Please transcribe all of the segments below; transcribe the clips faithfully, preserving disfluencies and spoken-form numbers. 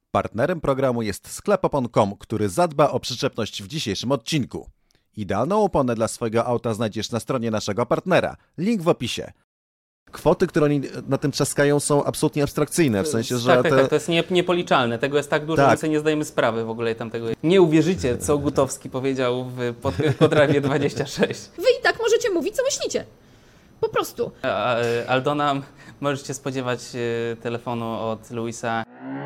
Partnerem programu jest sklep opon kropka com, który zadba o przyczepność w dzisiejszym odcinku. Idealną oponę dla swojego auta znajdziesz na stronie naszego partnera. Link w opisie. Kwoty, które oni na tym trzaskają, są absolutnie abstrakcyjne, w sensie, że... Tak, tak, te... tak, to jest nie, niepoliczalne. Tego jest tak dużo, tak. że sobie nie zdajemy sprawy w ogóle tam tego. Nie uwierzycie, co Gutowski powiedział w Podrawie dwadzieścia sześć. Wy i tak możecie mówić, co myślicie. Po prostu. A, Aldona, możesz się spodziewać telefonu od Luisa.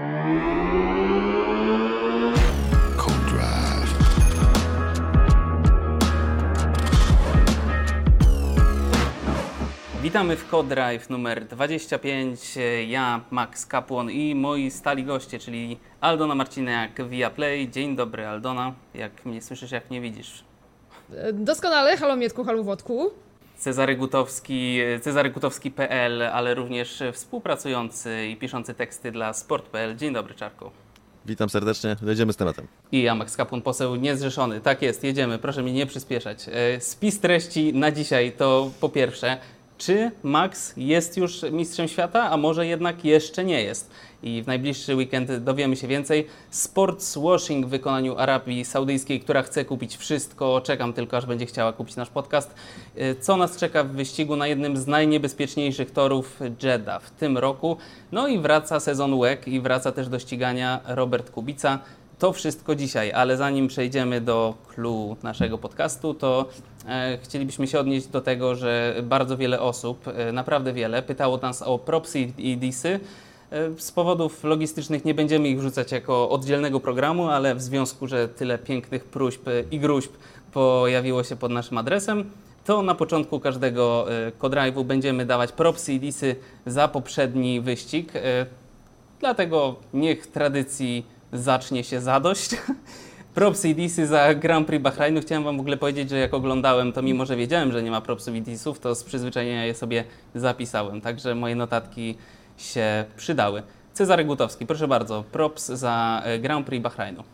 Witamy w CodeDrive numer dwadzieścia pięć. Ja, Max Kapłon i moi stali goście, czyli Aldona Marciniak, Viaplay. Dzień dobry, Aldona. Jak mnie słyszysz, jak mnie widzisz? Doskonale. Halo Mietku, halo Wodku. Cezary Gutowski, Cezary Gutowski kropka pe el, ale również współpracujący i piszący teksty dla sport kropka pe el. Dzień dobry, Czarku. Witam serdecznie, jedziemy z tematem. I ja, Max Kapłon, poseł niezrzeszony. Tak jest, jedziemy, proszę mnie nie przyspieszać. Spis treści na dzisiaj to po pierwsze, czy Max jest już mistrzem świata, a może jednak jeszcze nie jest? I w najbliższy weekend dowiemy się więcej. Sportswashing w wykonaniu Arabii Saudyjskiej, która chce kupić wszystko. Czekam tylko, aż będzie chciała kupić nasz podcast. Co nas czeka w wyścigu na jednym z najniebezpieczniejszych torów Jeddah w tym roku. No i wraca sezon W E C i wraca też do ścigania Robert Kubica. To wszystko dzisiaj, ale zanim przejdziemy do clou naszego podcastu, to e, chcielibyśmy się odnieść do tego, że bardzo wiele osób, e, naprawdę wiele, pytało nas o propsy i disy. E, z powodów logistycznych nie będziemy ich wrzucać jako oddzielnego programu, ale w związku, że tyle pięknych próśb i gruźb pojawiło się pod naszym adresem, to na początku każdego e, CodeDrive'u będziemy dawać propsy i disy za poprzedni wyścig. E, dlatego niech tradycji zacznie się zadość. Propsy i disy za Grand Prix Bahrainu. Chciałem wam w ogóle powiedzieć, że jak oglądałem, to mimo, że wiedziałem, że nie ma propsów i disów, to z przyzwyczajenia je sobie zapisałem. Także moje notatki się przydały. Cezary Gutowski, proszę bardzo. Props za Grand Prix Bahrainu.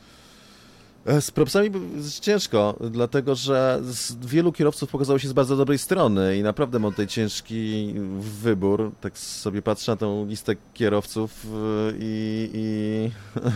Z propsami jest ciężko, dlatego że wielu kierowców pokazało się z bardzo dobrej strony i naprawdę mam tutaj ciężki wybór. Tak sobie patrzę na tą listę kierowców i... i...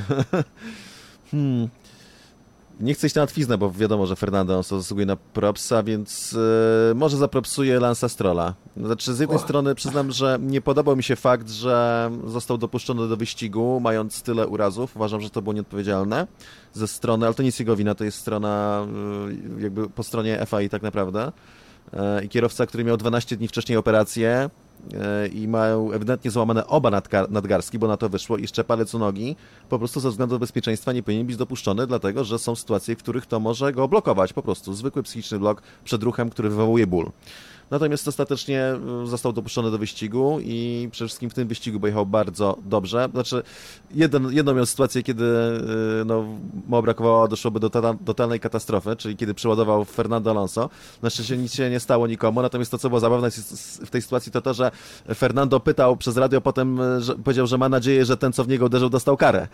hmm. Nie chcę iść na łatwiznę, bo wiadomo, że Fernando Alonso zasługuje na propsa, więc yy, może zapropsuję Lance'a Strolla. Znaczy, z jednej oh. strony przyznam, że nie podobał mi się fakt, że został dopuszczony do wyścigu, mając tyle urazów. Uważam, że to było nieodpowiedzialne ze strony, ale to nie jest jego wina, to jest strona yy, jakby po stronie F I A tak naprawdę. Yy, I kierowca, który miał dwanaście dni wcześniej operację, i mają ewidentnie złamane oba nadgar- nadgarstki, bo na to wyszło, i jeszcze palec u nogi, po prostu ze względu na bezpieczeństwa nie powinien być dopuszczony, dlatego że są sytuacje, w których to może go blokować, po prostu zwykły psychiczny blok przed ruchem, który wywołuje ból. Natomiast ostatecznie został dopuszczony do wyścigu i przede wszystkim w tym wyścigu pojechał bardzo dobrze. Znaczy, jeden, jedną miał sytuację, kiedy no, mu brakowało, doszłoby do totalnej katastrofy, czyli kiedy przeładował Fernando Alonso. Na szczęście nic się nie stało nikomu, natomiast to, co było zabawne w tej sytuacji, to to, że Fernando pytał przez radio, potem że, powiedział, że ma nadzieję, że ten, co w niego uderzył, dostał karę.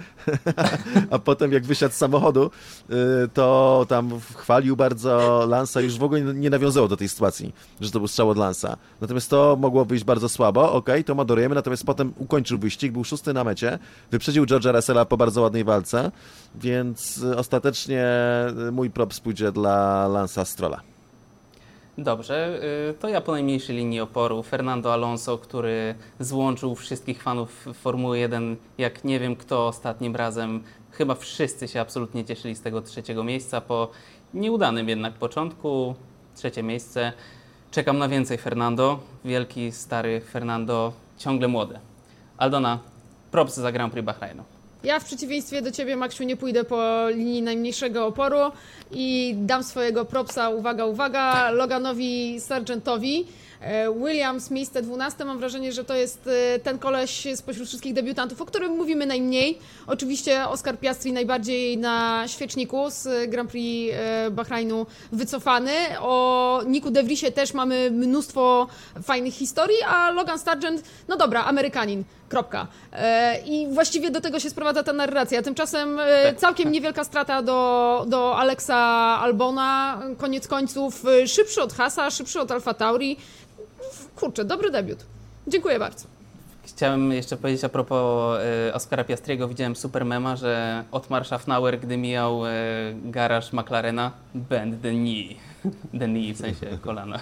A potem, jak wysiadł z samochodu, to tam chwalił bardzo Lansa, już w ogóle nie nawiązało do tej sytuacji, że to był strzał od Lansa. Natomiast to mogło wyjść bardzo słabo, okej, okay, to madurujemy, natomiast potem ukończył wyścig, był szósty na mecie, wyprzedził George'a Russella po bardzo ładnej walce, więc ostatecznie mój props pójdzie dla Lance'a Strolla. Dobrze, to ja po najmniejszej linii oporu. Fernando Alonso, który złączył wszystkich fanów Formuły jeden, jak nie wiem kto ostatnim razem. Chyba wszyscy się absolutnie cieszyli z tego trzeciego miejsca po nieudanym jednak początku. Trzecie miejsce. Czekam na więcej Fernando. Wielki, stary Fernando, ciągle młody. Aldona, props za Grand Prix Bahrainu. Ja w przeciwieństwie do Ciebie, Maksiu, nie pójdę po linii najmniejszego oporu i dam swojego propsa, uwaga, uwaga, Loganowi Sargentowi. Williams, miejsce dwunaste. Mam wrażenie, że to jest ten koleś spośród wszystkich debiutantów, o którym mówimy najmniej. Oczywiście Oscar Piastri najbardziej na świeczniku z Grand Prix Bahrainu wycofany. O Niku de Vriesie też mamy mnóstwo fajnych historii, a Logan Sargent, no dobra, Amerykanin. Kropka. I właściwie do tego się sprowadza ta narracja. Tymczasem całkiem niewielka strata do, do Alexa Albona. Koniec końców szybszy od Haasa, szybszy od Alfa Tauri. Kurczę, dobry debiut. Dziękuję bardzo. Chciałem jeszcze powiedzieć a propos y, Oskara Piastriego. Widziałem super mema, że Otmar Szafnauer, gdy mijał y, garaż McLarena, bend the knee. The knee w sensie kolana.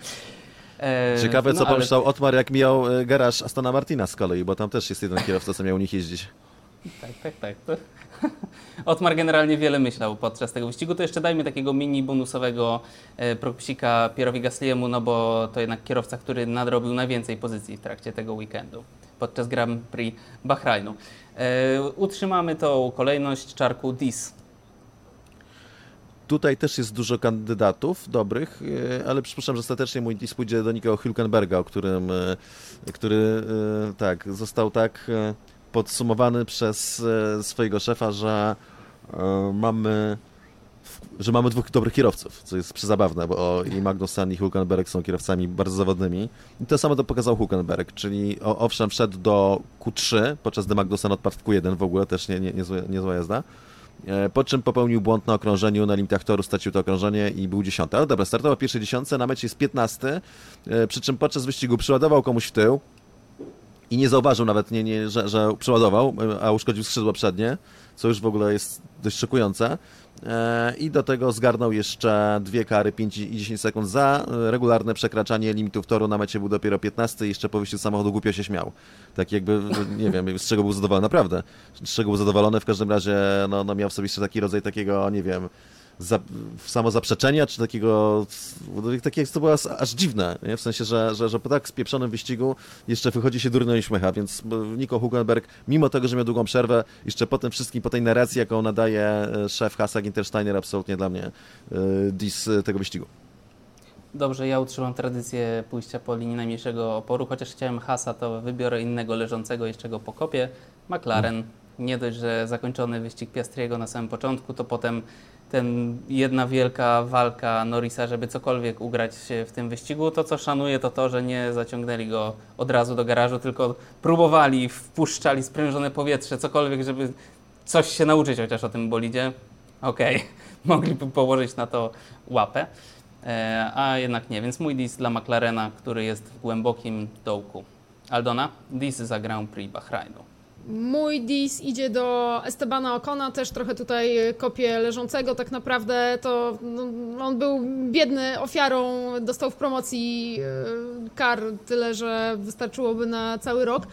e, Ciekawe, co no, ale... pomyślał Otmar, jak mijał garaż Astona Martina z kolei, bo tam też jest jeden kierowca, co miał u nich jeździć. Tak, tak, tak. To... Otmar generalnie wiele myślał podczas tego wyścigu. To jeszcze dajmy takiego mini bonusowego e, propsika Pierowi Gasly'emu, no bo to jednak kierowca, który nadrobił najwięcej pozycji w trakcie tego weekendu podczas Grand Prix Bahrajnu. E, utrzymamy tą kolejność czarku Dis. Tutaj też jest dużo kandydatów dobrych, ale przypuszczam, że ostatecznie mój Dis pójdzie do Nico Hülkenberga, o którym, który tak, został tak podsumowany przez swojego szefa, że mamy, że mamy dwóch dobrych kierowców, co jest przezabawne, bo i Magnussen i Hülkenberg są kierowcami bardzo zawodnymi. I to samo to pokazał Hülkenberg, czyli owszem wszedł do Q trzy, podczas gdy Magnussen odpadł w Q jeden w ogóle, też nie, nie, niezła, niezła jazda. Po czym popełnił błąd na okrążeniu, na limitach toru stracił to okrążenie i był dziesiąty. Ale dobra, startował w pierwszej dziesiątce, na mecie jest piętnasty, przy czym podczas wyścigu przyładował komuś w tył i nie zauważył nawet, nie, nie, że, że przyładował, a uszkodził skrzydło przednie, co już w ogóle jest dość szokujące. I do tego zgarnął jeszcze dwie kary, pięć i dziesięć sekund za regularne przekraczanie limitów toru. Na mecie był dopiero piętnasty i jeszcze po wyjściu z samochodu głupio się śmiał. Tak jakby, nie wiem, z czego był zadowolony, naprawdę. Z czego był zadowolony, w każdym razie no, no miał w sobie jeszcze taki rodzaj takiego, nie wiem, za, samozaprzeczenia, czy takiego, takie to było aż dziwne, nie? W sensie, że, że, że po tak spieprzonym wyścigu jeszcze wychodzi się durno i śmiecha, więc Nico Hülkenberg, mimo tego, że miał długą przerwę, jeszcze po tym wszystkim, po tej narracji, jaką nadaje szef Haasa Günther Steiner, absolutnie dla mnie dis tego wyścigu. Dobrze, ja utrzymam tradycję pójścia po linii najmniejszego oporu, chociaż chciałem Haasa, to wybiorę innego leżącego, jeszcze go pokopię. McLaren, nie dość, że zakończony wyścig Piastriego na samym początku, to potem ten jedna wielka walka Norrisa, żeby cokolwiek ugrać w tym wyścigu. To, co szanuję, to to, że nie zaciągnęli go od razu do garażu, tylko próbowali, wpuszczali sprężone powietrze, cokolwiek, żeby coś się nauczyć chociaż o tym bolidzie. Okej, okay. Mogliby położyć na to łapę, e, a jednak nie. Więc mój dis dla McLarena, który jest w głębokim dołku. Aldona, dis za Grand Prix Bahrajnu. Mój dis idzie do Estebana Ocona, też trochę tutaj kopię leżącego. Tak naprawdę to no, on był biedny ofiarą, dostał w promocji kar tyle, że wystarczyłoby na cały rok.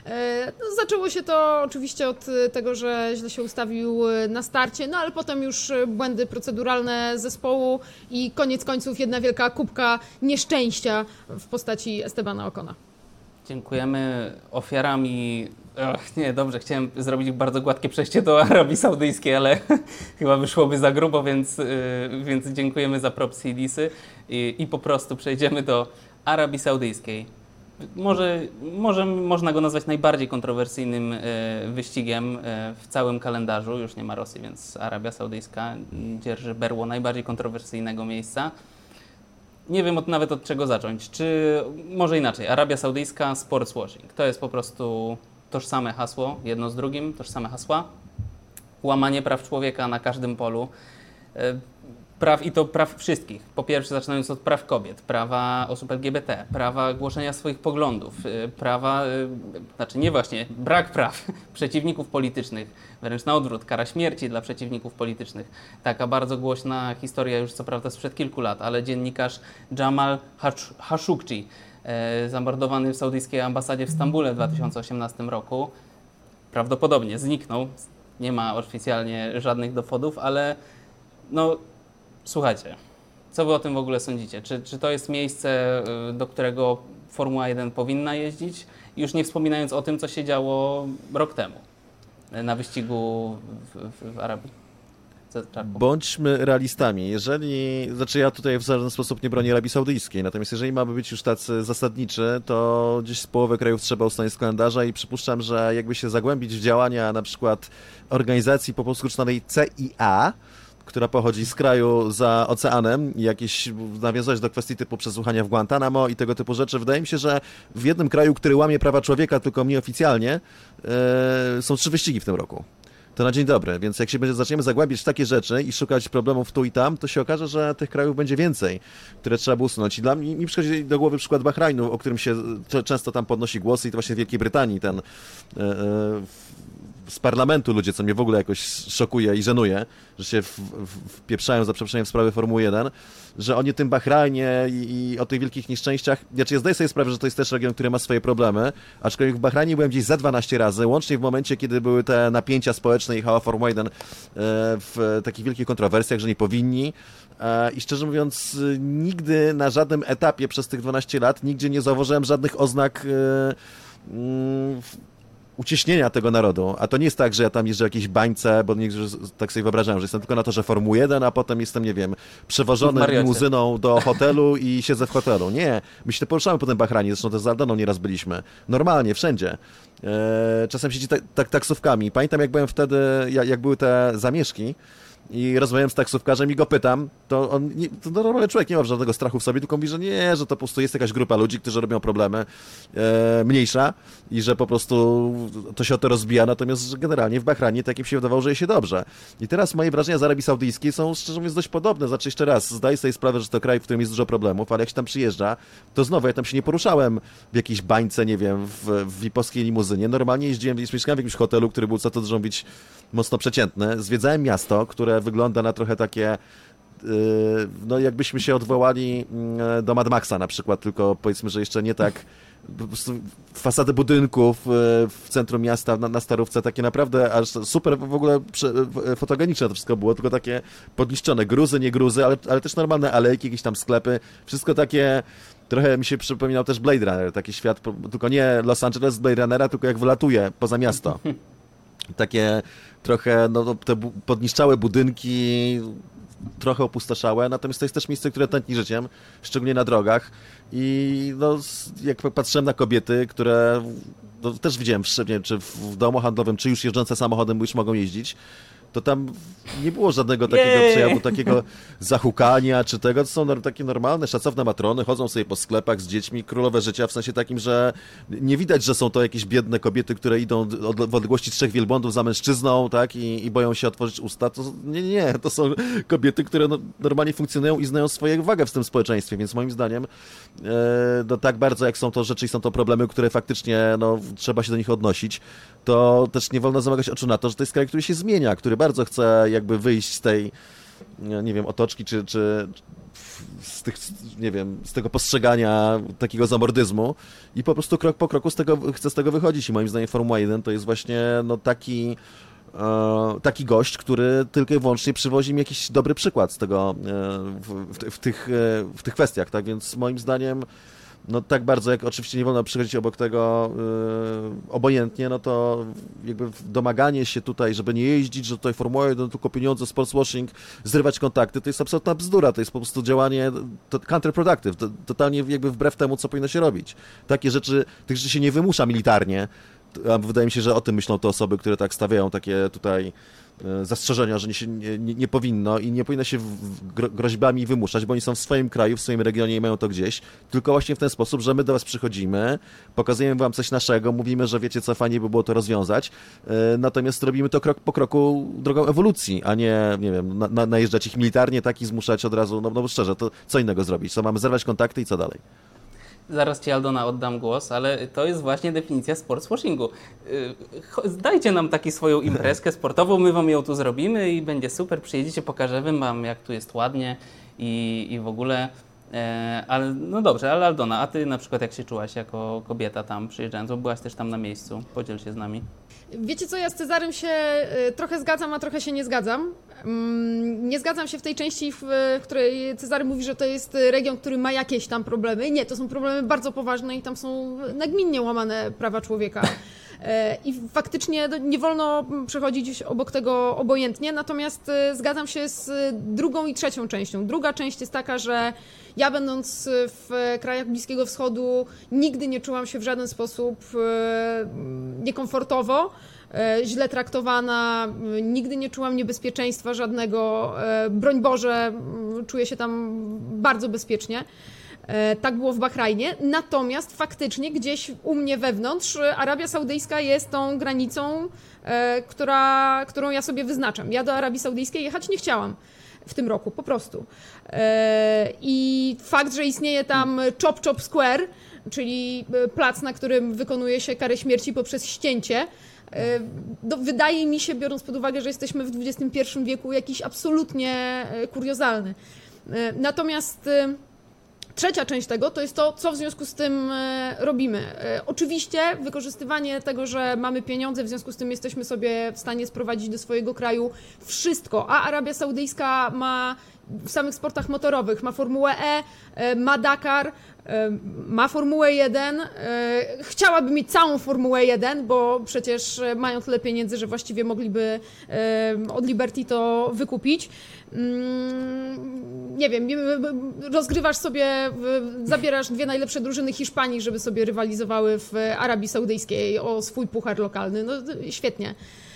Zaczęło się to oczywiście od tego, że źle się ustawił na starcie, no ale potem już błędy proceduralne zespołu i koniec końców jedna wielka kubka nieszczęścia w postaci Estebana Ocona. Dziękujemy. Ofiarami... Och, nie, dobrze, chciałem zrobić bardzo gładkie przejście do Arabii Saudyjskiej, ale chyba wyszłoby za grubo, więc, yy, więc dziękujemy za propsy i disy I, i po prostu przejdziemy do Arabii Saudyjskiej. Może, może można go nazwać najbardziej kontrowersyjnym yy, wyścigiem yy, w całym kalendarzu. Już nie ma Rosji, więc Arabia Saudyjska dzierży berło najbardziej kontrowersyjnego miejsca. Nie wiem od, nawet od czego zacząć. Czy może inaczej, Arabia Saudyjska, sports washing. To jest po prostu tożsame hasło, jedno z drugim, tożsame hasła. Łamanie praw człowieka na każdym polu. Praw, i to praw wszystkich. Po pierwsze, zaczynając od praw kobiet, prawa osób L G B T, prawa głoszenia swoich poglądów, prawa, znaczy nie właśnie, brak praw przeciwników politycznych, wręcz na odwrót, kara śmierci dla przeciwników politycznych. Taka bardzo głośna historia już co prawda sprzed kilku lat, ale dziennikarz Jamal Khashoggi, zamordowany w saudyjskiej ambasadzie w Stambule w dwa tysiące osiemnastym roku, prawdopodobnie zniknął. Nie ma oficjalnie żadnych dowodów, ale no słuchajcie, co wy o tym w ogóle sądzicie? Czy, czy to jest miejsce, do którego Formuła jeden powinna jeździć? Już nie wspominając o tym, co się działo rok temu na wyścigu w, w, w Arabii. Bądźmy realistami. Jeżeli, znaczy ja tutaj w żaden sposób nie bronię Arabii Saudyjskiej, natomiast jeżeli mamy być już tacy zasadniczy, to gdzieś z połowy krajów trzeba usunąć z kalendarza i przypuszczam, że jakby się zagłębić w działania na przykład organizacji po polsku czytanej C I A, która pochodzi z kraju za oceanem i jakieś nawiązywać do kwestii typu przesłuchania w Guantanamo i tego typu rzeczy. Wydaje mi się, że w jednym kraju, który łamie prawa człowieka, tylko nieoficjalnie, yy, są trzy wyścigi w tym roku. to na dzień dobry. Więc jak się będzie, zaczniemy zagłębiać w takie rzeczy i szukać problemów tu i tam, to się okaże, że tych krajów będzie więcej, które trzeba było usunąć. I dla mnie mi przychodzi do głowy przykład Bahrajnu, o którym się często tam podnosi głosy, i to właśnie w Wielkiej Brytanii ten e, e, z parlamentu ludzie, co mnie w ogóle jakoś szokuje i żenuje, że się w, w, wpieprzają za przeproszeniem w sprawy Formuły jeden, że oni tym Bahrajnie i, i o tych wielkich nieszczęściach, znaczy ja zdaję sobie sprawę, że to jest też region, który ma swoje problemy, aczkolwiek w Bahrajnie byłem gdzieś za dwanaście razy, łącznie w momencie, kiedy były te napięcia społeczne i jechała Formuła jeden w takich wielkich kontrowersjach, że nie powinni. I szczerze mówiąc, nigdy na żadnym etapie przez tych dwanaście lat, nigdzie nie zauważyłem żadnych oznak uciśnienia tego narodu, a to nie jest tak, że ja tam jeżdżę w jakiejś bańce, bo niektórzy tak sobie wyobrażają, że jestem tylko na torze Formuły jeden, a potem jestem, nie wiem, przewożony limuzyną do hotelu i siedzę w hotelu. Nie, my się poruszamy po tym Bahrajnie, zresztą też z Aldoną nieraz byliśmy. Normalnie, wszędzie. Eee, czasem siedzi tak, tak, taksówkami. Pamiętam, jak byłem wtedy, jak, jak były te zamieszki, i rozmawiałem z taksówkarzem i go pytam, to on, nie, to normalny człowiek nie ma żadnego strachu w sobie, tylko mówi, że nie, że to po prostu jest jakaś grupa ludzi, którzy robią problemy, e, mniejsza i że po prostu to się o to rozbija, natomiast że generalnie w Bahrajnie takim się wydawało, że je się dobrze. I teraz moje wrażenia z Arabii Saudyjskiej są, szczerze mówiąc, dość podobne. Znaczy, jeszcze raz, zdaję sobie sprawę, że to kraj, w którym jest dużo problemów, ale jak się tam przyjeżdża, to znowu, ja tam się nie poruszałem w jakiejś bańce, nie wiem, w, w vipowskiej limuzynie. Normalnie jeździłem, mieszkałem w jakimś hotelu, który był, co to dużo mówić, mocno przeciętny. Zwiedzałem miasto, które wygląda na trochę takie, no jakbyśmy się odwołali do Mad Maxa na przykład, tylko powiedzmy, że jeszcze nie tak, po prostu fasady budynków w centrum miasta, na, na Starówce, takie naprawdę aż super w ogóle fotogeniczne to wszystko było, tylko takie podniszczone, gruzy, nie gruzy, ale, ale też normalne alejki, jakieś tam sklepy, wszystko takie. Trochę mi się przypominał też Blade Runner, taki świat, tylko nie Los Angeles z Blade Runnera, tylko jak wylatuje poza miasto. Takie trochę, no, te podniszczałe budynki, trochę opustoszałe, natomiast to jest też miejsce, które tętni życiem, szczególnie na drogach. I no, jak patrzyłem na kobiety, które no, też widziałem, w, nie wiem, czy w domu handlowym, czy już jeżdżące samochodem, bo już mogą jeździć, to tam nie było żadnego takiego Jej. przejawu, takiego zahukania czy tego. To są takie normalne, szacowne matrony, chodzą sobie po sklepach z dziećmi, królowe życia, w sensie takim, że nie widać, że są to jakieś biedne kobiety, które idą od, w odległości trzech wielbłądów za mężczyzną, tak, i, i boją się otworzyć usta. To, nie, nie, to są kobiety, które no, normalnie funkcjonują i znają swoją wagę w tym społeczeństwie, więc moim zdaniem e, no, tak bardzo jak są to rzeczy i są to problemy, które faktycznie no, trzeba się do nich odnosić, to też nie wolno zamykać oczu na to, że to jest kraj, który się zmienia, który bardzo chce jakby wyjść z tej, nie wiem, otoczki, czy, czy z tych, nie wiem, z tego postrzegania takiego zamordyzmu i po prostu krok po kroku z tego, chce z tego wychodzić i moim zdaniem Formuła jeden to jest właśnie no, taki, e, taki gość, który tylko i wyłącznie przywozi mi jakiś dobry przykład z tego e, w, w, w, tych, e, w tych kwestiach, tak, więc moim zdaniem no tak bardzo, jak oczywiście nie wolno przychodzić obok tego yy, obojętnie, no to jakby domaganie się tutaj, żeby nie jeździć, że tutaj Formuła jeden, tylko pieniądze, sportswashing, zrywać kontakty, to jest absolutna bzdura, to jest po prostu działanie to counterproductive, to, totalnie jakby wbrew temu, co powinno się robić. Takie rzeczy, tych rzeczy się nie wymusza militarnie, a wydaje mi się, że o tym myślą te osoby, które tak stawiają takie tutaj zastrzeżenia, że nie, się, nie, nie powinno i nie powinno się groźbami wymuszać, bo oni są w swoim kraju, w swoim regionie i mają to gdzieś, tylko właśnie w ten sposób, że my do was przychodzimy, pokazujemy wam coś naszego, mówimy, że wiecie co, fajnie by było to rozwiązać, natomiast robimy to krok po kroku drogą ewolucji, a nie, nie wiem, na, na, najeżdżać ich militarnie, tak i zmuszać od razu, no, no bo szczerze, to co innego zrobić, co mamy zerwać kontakty i co dalej? Zaraz Ci, Aldona, oddam głos, ale to jest właśnie definicja sportswashingu. Dajcie nam taką swoją imprezkę sportową, my Wam ją tu zrobimy i będzie super, przyjedziecie, pokażemy Wam, jak tu jest ładnie i, i w ogóle. E, ale no dobrze, ale Aldona, a Ty na przykład jak się czułaś jako kobieta tam przyjeżdżając, bo byłaś też tam na miejscu, podziel się z nami. Wiecie co, ja z Cezarym się trochę zgadzam, a trochę się nie zgadzam. Nie zgadzam się w tej części, w której Cezary mówi, że to jest region, który ma jakieś tam problemy. Nie, to są problemy bardzo poważne i tam są nagminnie łamane prawa człowieka. I faktycznie nie wolno przechodzić obok tego obojętnie, natomiast zgadzam się z drugą i trzecią częścią. Druga część jest taka, że ja będąc w krajach Bliskiego Wschodu nigdy nie czułam się w żaden sposób niekomfortowo, źle traktowana, nigdy nie czułam niebezpieczeństwa żadnego, broń Boże, czuję się tam bardzo bezpiecznie. Tak było w Bahrajnie, natomiast faktycznie gdzieś u mnie wewnątrz Arabia Saudyjska jest tą granicą, która, którą ja sobie wyznaczam. Ja do Arabii Saudyjskiej jechać nie chciałam w tym roku, po prostu. I fakt, że istnieje tam Chop Chop Square, czyli plac, na którym wykonuje się karę śmierci poprzez ścięcie, no, wydaje mi się, biorąc pod uwagę, że jesteśmy w dwudziestym pierwszym wieku, jakiś absolutnie kuriozalny. Natomiast trzecia część tego to jest to, co w związku z tym robimy. Oczywiście wykorzystywanie tego, że mamy pieniądze, w związku z tym jesteśmy sobie w stanie sprowadzić do swojego kraju wszystko, a Arabia Saudyjska ma w samych sportach motorowych, ma Formułę E, ma Dakar, ma Formułę jeden, chciałaby mieć całą Formułę jeden, bo przecież mają tyle pieniędzy, że właściwie mogliby od Liberty to wykupić. Nie wiem, rozgrywasz sobie, zabierasz dwie najlepsze drużyny Hiszpanii, żeby sobie rywalizowały w Arabii Saudyjskiej o swój puchar lokalny. No świetnie.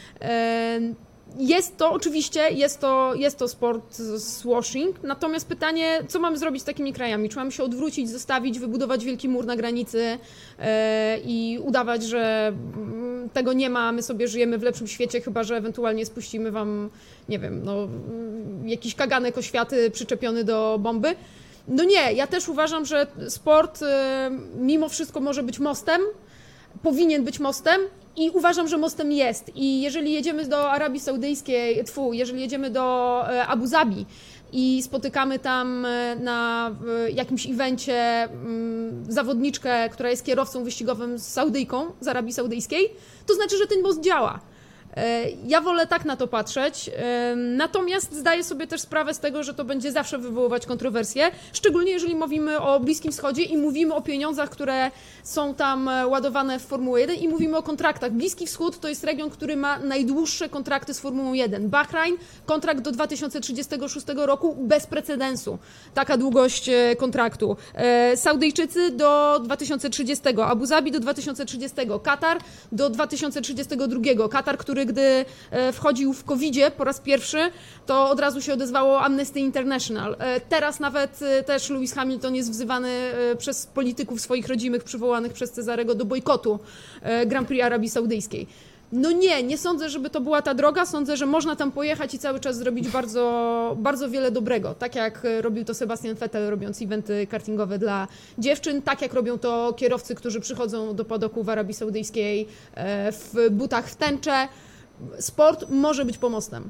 Jest to, oczywiście, jest to, jest to sport swashing, natomiast pytanie, co mamy zrobić z takimi krajami? Czy mamy się odwrócić, zostawić, wybudować wielki mur na granicy e, i udawać, że tego nie ma, my sobie żyjemy w lepszym świecie, chyba że ewentualnie spuścimy wam, nie wiem, no, jakiś kaganek oświaty przyczepiony do bomby? No nie, ja też uważam, że sport e, mimo wszystko może być mostem, powinien być mostem. I uważam, że mostem jest. I jeżeli jedziemy do Arabii Saudyjskiej, tfu, jeżeli jedziemy do Abu Zabi i spotykamy tam na jakimś evencie zawodniczkę, która jest kierowcą wyścigowym z Saudyjką z Arabii Saudyjskiej, to znaczy, że ten most działa. Ja wolę tak na to patrzeć, natomiast zdaję sobie też sprawę z tego, że to będzie zawsze wywoływać kontrowersje, szczególnie jeżeli mówimy o Bliskim Wschodzie i mówimy o pieniądzach, które są tam ładowane w Formułę jeden i mówimy o kontraktach. Bliski Wschód to jest region, który ma najdłuższe kontrakty z Formułą jeden. Bahrajn, kontrakt do dwa tysiące trzydziestego szóstego roku bez precedensu. Taka długość kontraktu. Saudyjczycy do dwa tysiące trzydziestego, Abu Zabi do dwa tysiące trzydziestego, Katar do dwa tysiące trzydziestego drugiego. Katar, który gdy wchodził w kowidzie po raz pierwszy, to od razu się odezwało Amnesty International. Teraz nawet też Lewis Hamilton jest wzywany przez polityków swoich rodzimych przywołanych przez Cezarego do bojkotu Grand Prix Arabii Saudyjskiej. No nie, nie sądzę, żeby to była ta droga. Sądzę, że można tam pojechać i cały czas zrobić bardzo, bardzo wiele dobrego. Tak jak robił to Sebastian Vettel, robiąc eventy kartingowe dla dziewczyn, tak jak robią to kierowcy, którzy przychodzą do padoku w Arabii Saudyjskiej w butach w tęczę. Sport może być pomostem.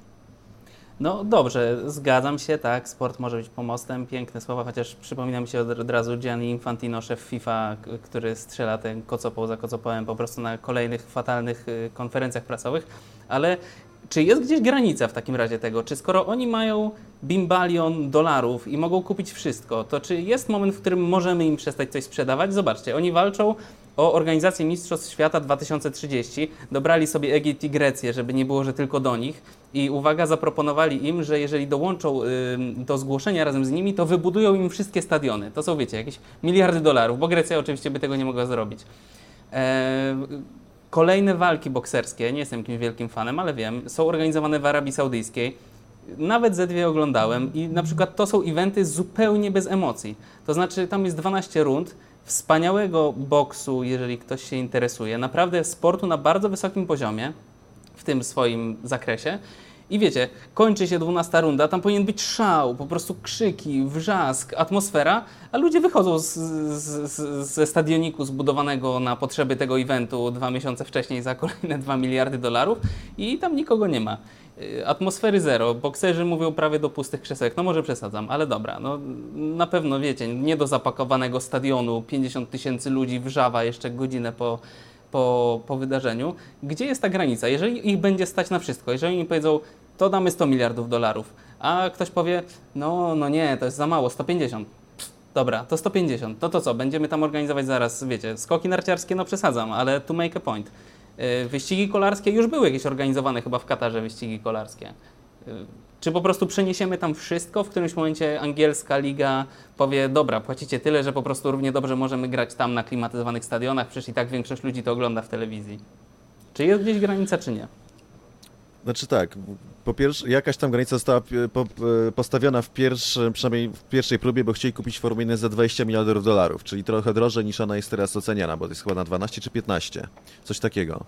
No dobrze, zgadzam się, tak, sport może być pomostem, piękne słowa, chociaż przypomina mi się od, od razu Gianni Infantino, szef FIFA, który strzela ten kocopą za kocopołem po prostu na kolejnych fatalnych konferencjach prasowych, ale czy jest gdzieś granica w takim razie tego? Czy skoro oni mają bimbalion dolarów i mogą kupić wszystko, to czy jest moment, w którym możemy im przestać coś sprzedawać? Zobaczcie, oni walczą o organizację Mistrzostw Świata dwa tysiące trzydzieści, dobrali sobie Egipt i Grecję, żeby nie było, że tylko do nich i uwaga, zaproponowali im, że jeżeli dołączą y, do zgłoszenia razem z nimi, to wybudują im wszystkie stadiony. To są, wiecie, jakieś miliardy dolarów, bo Grecja oczywiście by tego nie mogła zrobić. E, kolejne walki bokserskie, nie jestem jakimś wielkim fanem, ale wiem, są organizowane w Arabii Saudyjskiej. Nawet ze dwie oglądałem i na przykład to są eventy zupełnie bez emocji. To znaczy tam jest dwanaście rund, wspaniałego boksu, jeżeli ktoś się interesuje, naprawdę sportu na bardzo wysokim poziomie w tym swoim zakresie. I wiecie, kończy się dwunasta runda, tam powinien być szał, po prostu krzyki, wrzask, atmosfera, a ludzie wychodzą z, z, z, ze stadioniku zbudowanego na potrzeby tego eventu dwa miesiące wcześniej za kolejne dwa miliardy dolarów i tam nikogo nie ma. Atmosfery zero, bokserzy mówią prawie do pustych krzesełek, no może przesadzam, ale dobra, no na pewno wiecie, nie do zapakowanego stadionu, pięćdziesiąt tysięcy ludzi wrzawa jeszcze godzinę po, po, po wydarzeniu. Gdzie jest ta granica? Jeżeli ich będzie stać na wszystko, jeżeli oni powiedzą, to damy sto miliardów dolarów, a ktoś powie, no, no nie, to jest za mało, sto pięćdziesiąt. Pff, dobra, to sto pięćdziesiąt, no to co, będziemy tam organizować zaraz, wiecie, skoki narciarskie, no przesadzam, ale to make a point. Wyścigi kolarskie już były jakieś organizowane chyba w Katarze, wyścigi kolarskie. Czy po prostu przeniesiemy tam wszystko? W którymś momencie angielska liga powie, dobra, płacicie tyle, że po prostu równie dobrze możemy grać tam na klimatyzowanych stadionach, przecież i tak większość ludzi to ogląda w telewizji. Czy jest gdzieś granica, czy nie? Znaczy tak, po pierwsze, jakaś tam granica została po, postawiona w pierwszym, przynajmniej w pierwszej próbie, bo chcieli kupić Formułę jeden za dwadzieścia miliardów dolarów, czyli trochę drożej niż ona jest teraz oceniana, bo to jest chyba na dwanaście czy piętnaście, coś takiego.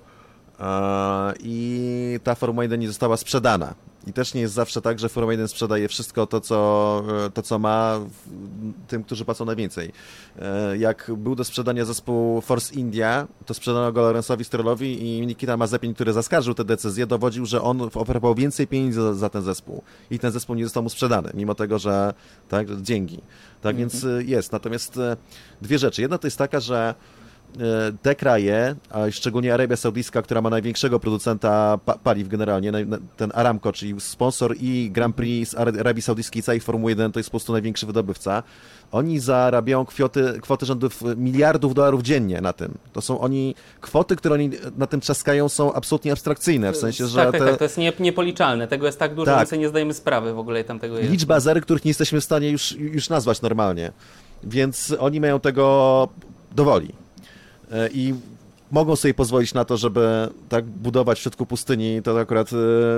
I ta Formuła jeden nie została sprzedana. I też nie jest zawsze tak, że Formuła jeden sprzedaje wszystko to, co, to, co ma tym, którzy płacą najwięcej. Jak był do sprzedania zespół Force India, to sprzedano go Lawrence'owi Strollowi i Nikita Mazepin, który zaskarżył tę decyzję, dowodził, że on oferował więcej pieniędzy za, za ten zespół. I ten zespół nie został mu sprzedany, mimo tego, że tak, dzięki. Tak mm-hmm. więc jest. Natomiast dwie rzeczy. Jedna to jest taka, że te kraje, a szczególnie Arabia Saudyjska, która ma największego producenta pa- paliw generalnie, ten Aramco, czyli sponsor i Grand Prix z Arabii Saudyjskiej i całej Formuły jeden, to jest po prostu największy wydobywca. Oni zarabiają kwoty, kwoty rzędów miliardów dolarów dziennie na tym. To są oni, kwoty, które oni na tym trzaskają, są absolutnie abstrakcyjne, w sensie, że... Tak, tak, te... tak, to jest nie, niepoliczalne. Tego jest tak dużo, tak. że sobie nie zdajemy sprawy w ogóle tam tego jest. Liczba zery, których nie jesteśmy w stanie już, już nazwać normalnie. Więc oni mają tego dowoli. I mogą sobie pozwolić na to, żeby tak budować w środku pustyni, to akurat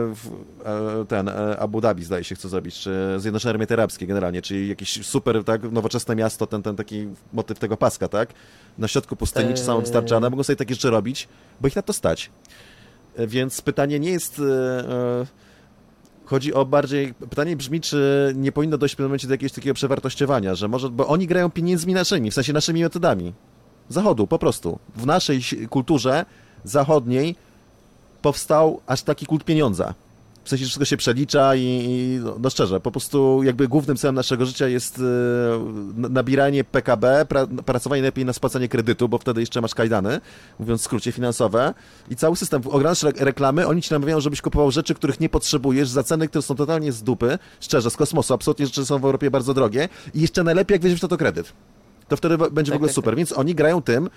ten Abu Dhabi zdaje się chce zrobić, czy Zjednoczone Emiraty Arabskie generalnie, czyli jakieś super tak nowoczesne miasto, ten, ten taki motyw tego paska, tak? Na środku pustyni, czy samowystarczalne, mogą sobie takie rzeczy robić, bo ich na to stać. Więc pytanie nie jest... Chodzi o bardziej... Pytanie brzmi, czy nie powinno dojść w pewnym momencie do jakiegoś takiego przewartościowania, że może... Bo oni grają pieniędzmi naszymi, w sensie naszymi metodami. Zachodu, po prostu. W naszej kulturze zachodniej powstał aż taki kult pieniądza. W sensie, że wszystko się przelicza i, i no szczerze, po prostu jakby głównym celem naszego życia jest y, nabieranie P K B, pra, pracowanie lepiej na spłacanie kredytu, bo wtedy jeszcze masz kajdany, mówiąc w skrócie, finansowe. I cały system, oglądasz re- reklamy, oni ci namawiają, żebyś kupował rzeczy, których nie potrzebujesz, za ceny, które są totalnie z dupy, szczerze, z kosmosu, absolutnie rzeczy są w Europie bardzo drogie i jeszcze najlepiej, jak weźmiesz to, to kredyt. To wtedy będzie tak, w ogóle tak, super. Tak. Więc oni grają tym,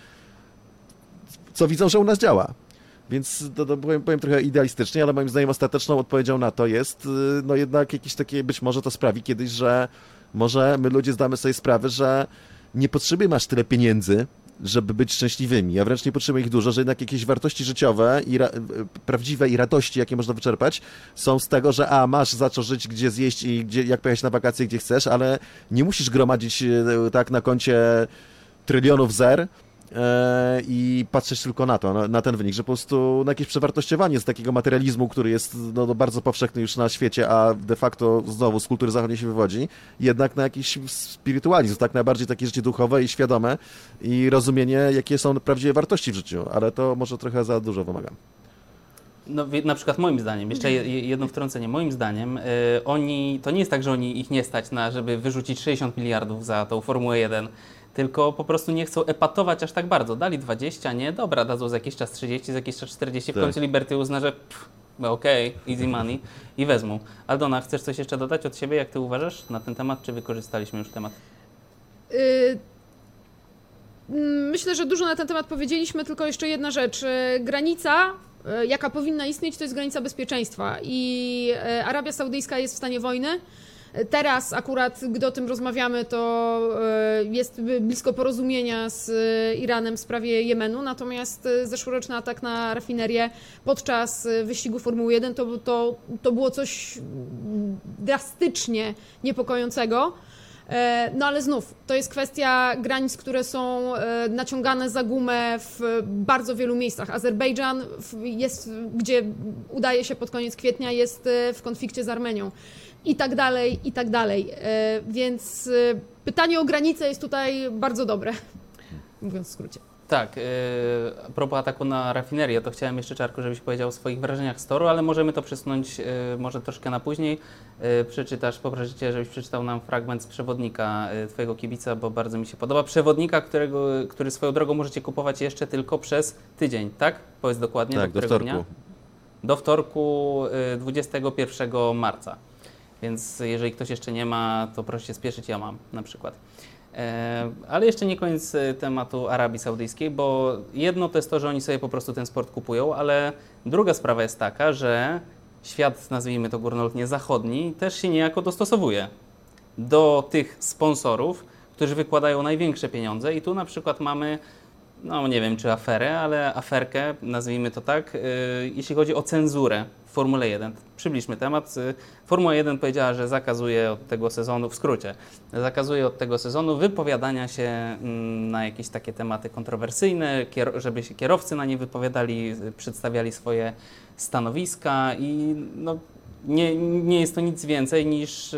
co widzą, że u nas działa. Więc to, to powiem, powiem trochę idealistycznie, ale moim zdaniem ostateczną odpowiedzią na to jest no jednak jakieś takie, być może to sprawi kiedyś, że może my ludzie zdamy sobie sprawę, że nie potrzebujemy aż tyle pieniędzy, żeby być szczęśliwymi, a wręcz nie potrzebujemy ich dużo, że jednak jakieś wartości życiowe i ra- prawdziwe i radości, jakie można wyczerpać, są z tego, że a, masz za co żyć, gdzie zjeść i gdzie, jak pojechać na wakacje, gdzie chcesz, ale nie musisz gromadzić tak na koncie trylionów zer e, i patrzeć tylko na to, na, na ten wynik, że po prostu na jakieś przewartościowanie z takiego materializmu, który jest no, no, bardzo powszechny już na świecie, a de facto znowu z kultury zachodniej się wywodzi, jednak na jakiś spirytualizm, tak najbardziej takie życie duchowe i świadome i rozumienie, jakie są prawdziwe wartości w życiu, ale to może trochę za dużo wymagam. No, na przykład moim zdaniem, jeszcze jedno wtrącenie, moim zdaniem yy, oni, to nie jest tak, że oni ich nie stać na, żeby wyrzucić sześćdziesiąt miliardów za tą Formułę jeden, tylko po prostu nie chcą epatować aż tak bardzo. Dali dwadzieścia, nie? Dobra, dadzą za jakiś czas trzydzieści, za jakiś czas czterdzieści, w końcu tak. Liberty uzna, że pff, okej, okay, easy money i wezmą. Aldona, chcesz coś jeszcze dodać od siebie, jak ty uważasz na ten temat, czy wykorzystaliśmy już temat? Y- Myślę, że dużo na ten temat powiedzieliśmy, tylko jeszcze jedna rzecz. Granica, jaka powinna istnieć, to jest granica bezpieczeństwa i Arabia Saudyjska jest w stanie wojny. Teraz akurat, gdy o tym rozmawiamy, to jest blisko porozumienia z Iranem w sprawie Jemenu, natomiast zeszłoroczny atak na rafinerię podczas wyścigu Formuły jeden to, to, to było coś drastycznie niepokojącego. No ale znów, to jest kwestia granic, które są naciągane za gumę w bardzo wielu miejscach. Azerbejdżan, jest, gdzie udaje się pod koniec kwietnia, jest w konflikcie z Armenią i tak dalej, i tak dalej. Więc pytanie o granicę jest tutaj bardzo dobre, mówiąc w skrócie. Tak, yy, a propos ataku na rafinerię, to chciałem jeszcze, Czarku, żebyś powiedział o swoich wrażeniach z toru, ale możemy to przesunąć yy, może troszkę na później. Yy, przeczytasz, poproszę Cię, żebyś przeczytał nam fragment z przewodnika yy, Twojego kibica, bo bardzo mi się podoba. Przewodnika, którego, który swoją drogą możecie kupować jeszcze tylko przez tydzień, tak? Powiedz dokładnie, tak, do którego do wtorku. dnia? Do wtorku yy, dwudziestego pierwszego marca. Więc jeżeli ktoś jeszcze nie ma, to proszę się spieszyć, ja mam na przykład. Ale jeszcze nie koniec tematu Arabii Saudyjskiej, bo jedno to jest to, że oni sobie po prostu ten sport kupują, ale druga sprawa jest taka, że świat, nazwijmy to górnolotnie zachodni, też się niejako dostosowuje do tych sponsorów, którzy wykładają największe pieniądze i tu na przykład mamy no nie wiem czy aferę, ale aferkę, nazwijmy to tak, jeśli chodzi o cenzurę w Formule jeden. Przybliżmy temat. Formuła jeden powiedziała, że zakazuje od tego sezonu, w skrócie, zakazuje od tego sezonu wypowiadania się na jakieś takie tematy kontrowersyjne, żeby się kierowcy na nie wypowiadali, przedstawiali swoje stanowiska i no, nie, nie jest to nic więcej niż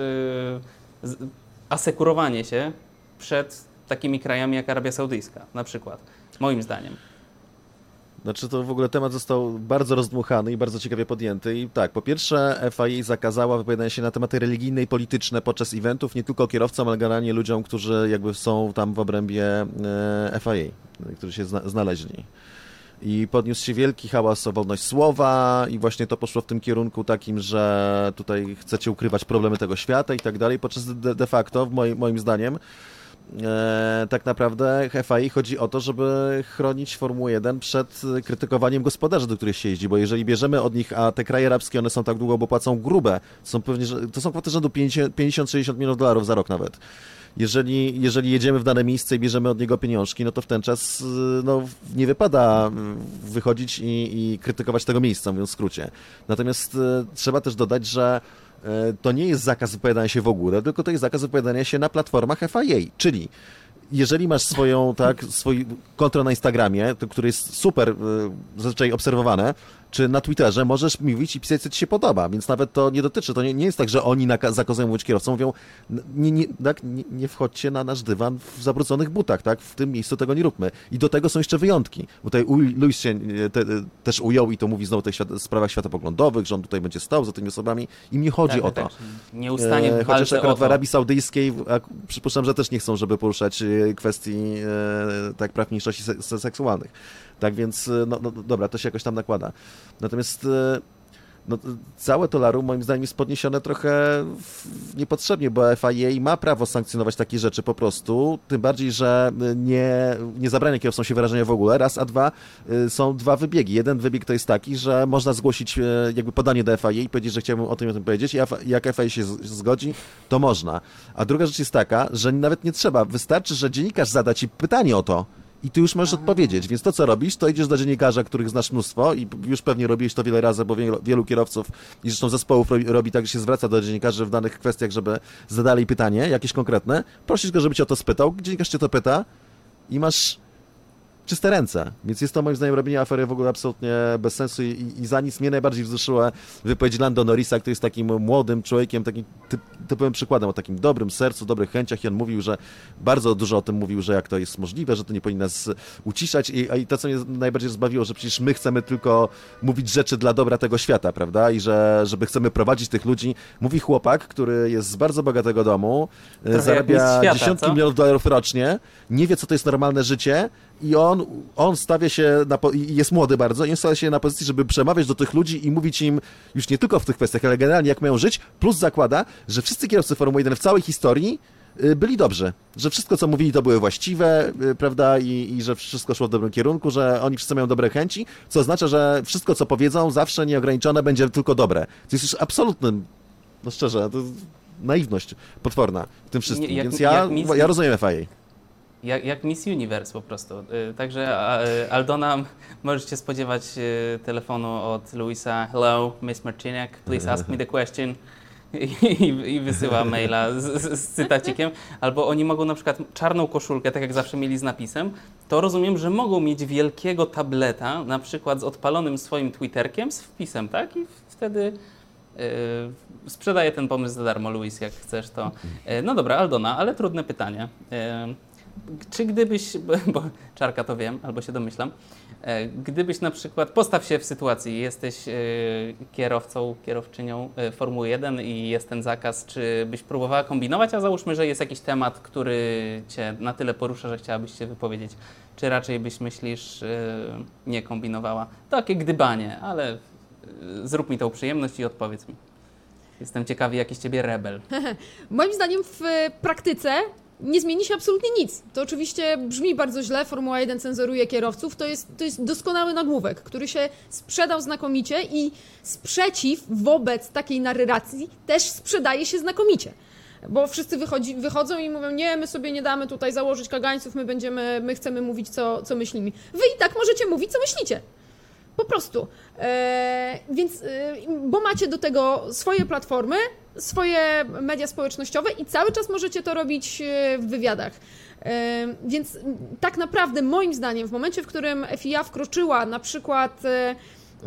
asekurowanie się przed takimi krajami jak Arabia Saudyjska na przykład, moim zdaniem. Znaczy to w ogóle temat został bardzo rozdmuchany i bardzo ciekawie podjęty i tak, po pierwsze F I A zakazała wypowiadania się na tematy religijne i polityczne podczas eventów, nie tylko kierowcom, ale generalnie ludziom, którzy jakby są tam w obrębie F I A, którzy się zna- znaleźli. I podniósł się wielki hałas o wolność słowa i właśnie to poszło w tym kierunku takim, że tutaj chcecie ukrywać problemy tego świata i tak dalej, podczas de, de facto, moim, moim zdaniem, E, tak naprawdę F I A chodzi o to, żeby chronić Formułę jeden przed krytykowaniem gospodarzy, do których się jeździ, bo jeżeli bierzemy od nich, a te kraje arabskie, one są tak długo, bo płacą grube, są pewnie, że to są kwoty rzędu pięćdziesiąt sześćdziesiąt milionów dolarów za rok nawet. Jeżeli, jeżeli jedziemy w dane miejsce i bierzemy od niego pieniążki, no to w ten czas no, nie wypada wychodzić i, i krytykować tego miejsca, mówiąc w skrócie. Natomiast e, trzeba też dodać, że to nie jest zakaz wypowiadania się w ogóle, tylko to jest zakaz wypowiadania się na platformach F I A, czyli jeżeli masz swoją, tak, swój konto na Instagramie, to, które jest super y, zazwyczaj obserwowane, czy na Twitterze możesz mówić i pisać, co ci się podoba, więc nawet to nie dotyczy, to nie, nie jest tak, że oni naka- zakazują mówić kierowcom, mówią, nie, nie, tak, nie, nie wchodźcie na nasz dywan w zabruconych butach, tak, w tym miejscu tego nie róbmy. I do tego są jeszcze wyjątki. Tutaj Luis się te, też ujął i to mówi znowu o tych świat- sprawach światopoglądowych, że on tutaj będzie stał za tymi osobami i nie chodzi tak, o to. Tak, nieustannie e, Chociaż o akurat to. w Arabii Saudyjskiej przypuszczam, że też nie chcą, żeby poruszać kwestii e, tak, praw mniejszości se- seksualnych. Tak więc, no, no dobra, to się jakoś tam nakłada. Natomiast no, całe to larum moim zdaniem jest podniesione trochę w, niepotrzebnie, bo F I A ma prawo sankcjonować takie rzeczy po prostu, tym bardziej, że nie, nie zabrania kierowcom się wyrażenia w ogóle, raz, a dwa, są dwa wybiegi. Jeden wybieg to jest taki, że można zgłosić jakby podanie do F I A i powiedzieć, że chciałbym o tym i o tym powiedzieć i jak F I A się zgodzi, to można. A druga rzecz jest taka, że nawet nie trzeba, wystarczy, że dziennikarz zada ci pytanie o to, i ty już możesz Aha. odpowiedzieć, więc to co robisz, to idziesz do dziennikarza, których znasz mnóstwo i już pewnie robiłeś to wiele razy, bo wielu, wielu kierowców i zresztą zespołów robi, robi tak, że się zwraca do dziennikarzy w danych kwestiach, żeby zadali pytanie, jakieś konkretne, prosisz go, żeby cię o to spytał, dziennikarz cię to pyta i masz czyste ręce, więc jest to moim zdaniem robienie afery w ogóle absolutnie bez sensu i, i za nic mnie najbardziej wzruszyła wypowiedź Lando Norrisa, który jest takim młodym człowiekiem, takim typ, typowym przykładem o takim dobrym sercu, dobrych chęciach i on mówił, że bardzo dużo o tym mówił, że jak to jest możliwe, że to nie powinno nas uciszać i, i to, co mnie najbardziej rozbawiło, że przecież my chcemy tylko mówić rzeczy dla dobra tego świata, prawda, i że żeby chcemy prowadzić tych ludzi. Mówi chłopak, który jest z bardzo bogatego domu, trochę zarabia świata, dziesiątki co? milionów dolarów rocznie, nie wie, co to jest normalne życie i on, on stawia się, na, jest młody bardzo, i on stawia się na pozycji, żeby przemawiać do tych ludzi i mówić im już nie tylko w tych kwestiach, ale generalnie jak mają żyć, plus zakłada, że wszyscy kierowcy Formuły jeden w całej historii byli dobrzy, że wszystko, co mówili, to były właściwe, prawda, i, i że wszystko szło w dobrym kierunku, że oni wszyscy mają dobre chęci, co oznacza, że wszystko, co powiedzą, zawsze nieograniczone będzie tylko dobre. To jest już absolutnym, no szczerze, to naiwność potworna w tym wszystkim, nie, jak, więc ja, mis... ja rozumiem F I A. Jak, jak Miss Universe po prostu. Także Aldona, możesz się spodziewać telefonu od Luisa. Hello, Miss Marcinek, please ask me the question. I, i wysyła maila z, z, z cytacikiem. Albo oni mogą na przykład czarną koszulkę, tak jak zawsze mieli z napisem, to rozumiem, że mogą mieć wielkiego tableta, na przykład z odpalonym swoim Twitterkiem, z wpisem, tak? I wtedy yy, sprzedaję ten pomysł za darmo, Luis, jak chcesz to. Yy, no dobra, Aldona, ale trudne pytanie. Yy, Czy gdybyś, bo Czarka to wiem, albo się domyślam, gdybyś na przykład, postaw się w sytuacji, jesteś kierowcą, kierowczynią Formuły jeden i jest ten zakaz, czy byś próbowała kombinować, a załóżmy, że jest jakiś temat, który cię na tyle porusza, że chciałabyś się wypowiedzieć, czy raczej byś myślisz, nie kombinowała? Takie gdybanie, ale zrób mi tą przyjemność i odpowiedz mi. Jestem ciekawy, jaki z ciebie rebel. Moim zdaniem w praktyce nie zmieni się absolutnie nic. To oczywiście brzmi bardzo źle, Formuła jeden cenzuruje kierowców, to jest, to jest doskonały nagłówek, który się sprzedał znakomicie i sprzeciw wobec takiej narracji też sprzedaje się znakomicie. Bo wszyscy wychodzi, wychodzą i mówią, nie, my sobie nie damy tutaj założyć kagańców, my będziemy, my chcemy mówić, co, co myślimy. Wy i tak możecie mówić, co myślicie. Po prostu. E, więc, e, bo macie do tego swoje platformy, swoje media społecznościowe i cały czas możecie to robić w wywiadach. E, więc tak naprawdę moim zdaniem w momencie, w którym F I A wkroczyła na przykład e,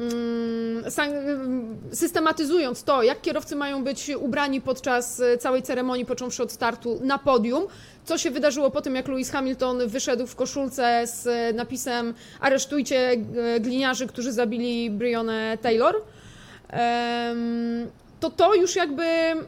systematyzując to, jak kierowcy mają być ubrani podczas całej ceremonii, począwszy od startu na podium, co się wydarzyło po tym, jak Lewis Hamilton wyszedł w koszulce z napisem aresztujcie gliniarzy, którzy zabili Breonnę Taylor, to to już jakby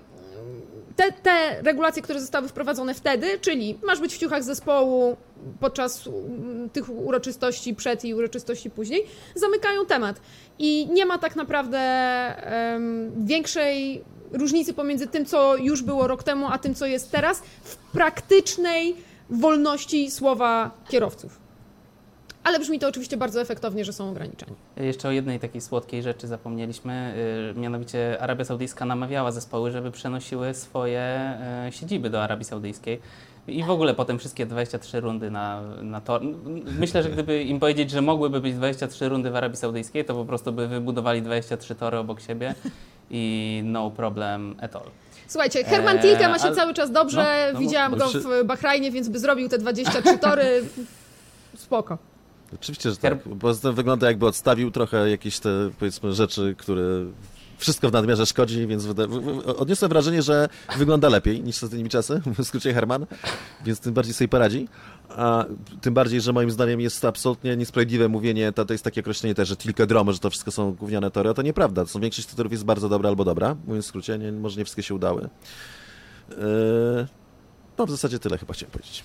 te, te regulacje, które zostały wprowadzone wtedy, czyli masz być w ciuchach zespołu podczas tych uroczystości przed i uroczystości później, zamykają temat. I nie ma tak naprawdę um, większej różnicy pomiędzy tym, co już było rok temu, a tym, co jest teraz w praktycznej wolności słowa kierowców. Ale brzmi to oczywiście bardzo efektownie, że są ograniczenia. Jeszcze o jednej takiej słodkiej rzeczy zapomnieliśmy, yy, mianowicie Arabia Saudyjska namawiała zespoły, żeby przenosiły swoje yy, siedziby do Arabii Saudyjskiej. I w ogóle potem wszystkie dwadzieścia trzy rundy na, na tor. Myślę, że gdyby im powiedzieć, że mogłyby być dwadzieścia trzy rundy w Arabii Saudyjskiej, to po prostu by wybudowali dwadzieścia trzy tory obok siebie i no problem at all. Słuchajcie, Herman Tilke ma się ale... cały czas dobrze, no, no, widziałam go w Bahrajnie, więc by zrobił te dwadzieścia trzy tory. Spoko. Oczywiście, że tak. Poza tym wygląda, jakby odstawił trochę jakieś te, powiedzmy, rzeczy, które wszystko w nadmiarze szkodzi, więc odniosłem wrażenie, że wygląda lepiej niż ostatnimi czasy, w skrócie Herman, więc tym bardziej sobie poradzi. A tym bardziej, że moim zdaniem jest absolutnie niesprawiedliwe mówienie, to, to jest takie określenie też, że tylko dromy, że to wszystko są gówniane tory, a to nieprawda. To są, większość tych torów jest bardzo dobra albo dobra, mówiąc w skrócie, nie, może nie wszystkie się udały. Yy, no w zasadzie tyle chyba chciałem powiedzieć.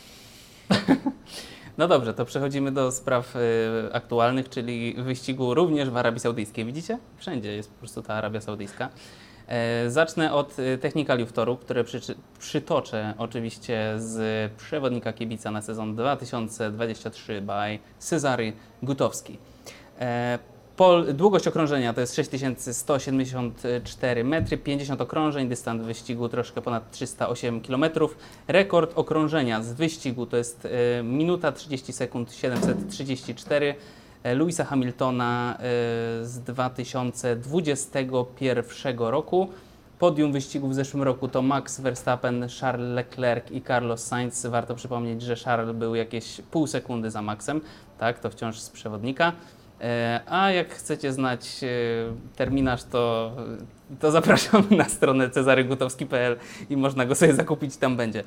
No dobrze, to przechodzimy do spraw y, aktualnych, czyli wyścigu również w Arabii Saudyjskiej. Widzicie? Wszędzie jest po prostu ta Arabia Saudyjska. E, zacznę od y, technikaliów toru, które przy, przytoczę oczywiście z przewodnika kibica na sezon dwa tysiące dwudziesty trzeci by Cezary Gutowski. E, Pol, długość okrążenia to jest sześć tysięcy sto siedemdziesiąt cztery metry, pięćdziesiąt okrążeń, dystans wyścigu troszkę ponad trzysta osiem kilometrów. Rekord okrążenia z wyścigu to jest y, minuta trzydzieści sekund siedemset trzydzieści cztery y, Lewisa Hamiltona y, z dwa tysiące dwudziestego pierwszego roku. Podium wyścigu w zeszłym roku to Max Verstappen, Charles Leclerc i Carlos Sainz. Warto przypomnieć, że Charles był jakieś pół sekundy za Maxem, tak, to wciąż z przewodnika. A jak chcecie znać terminarz, to, to zapraszam na stronę cezary gutowski kropka p l i można go sobie zakupić, tam będzie.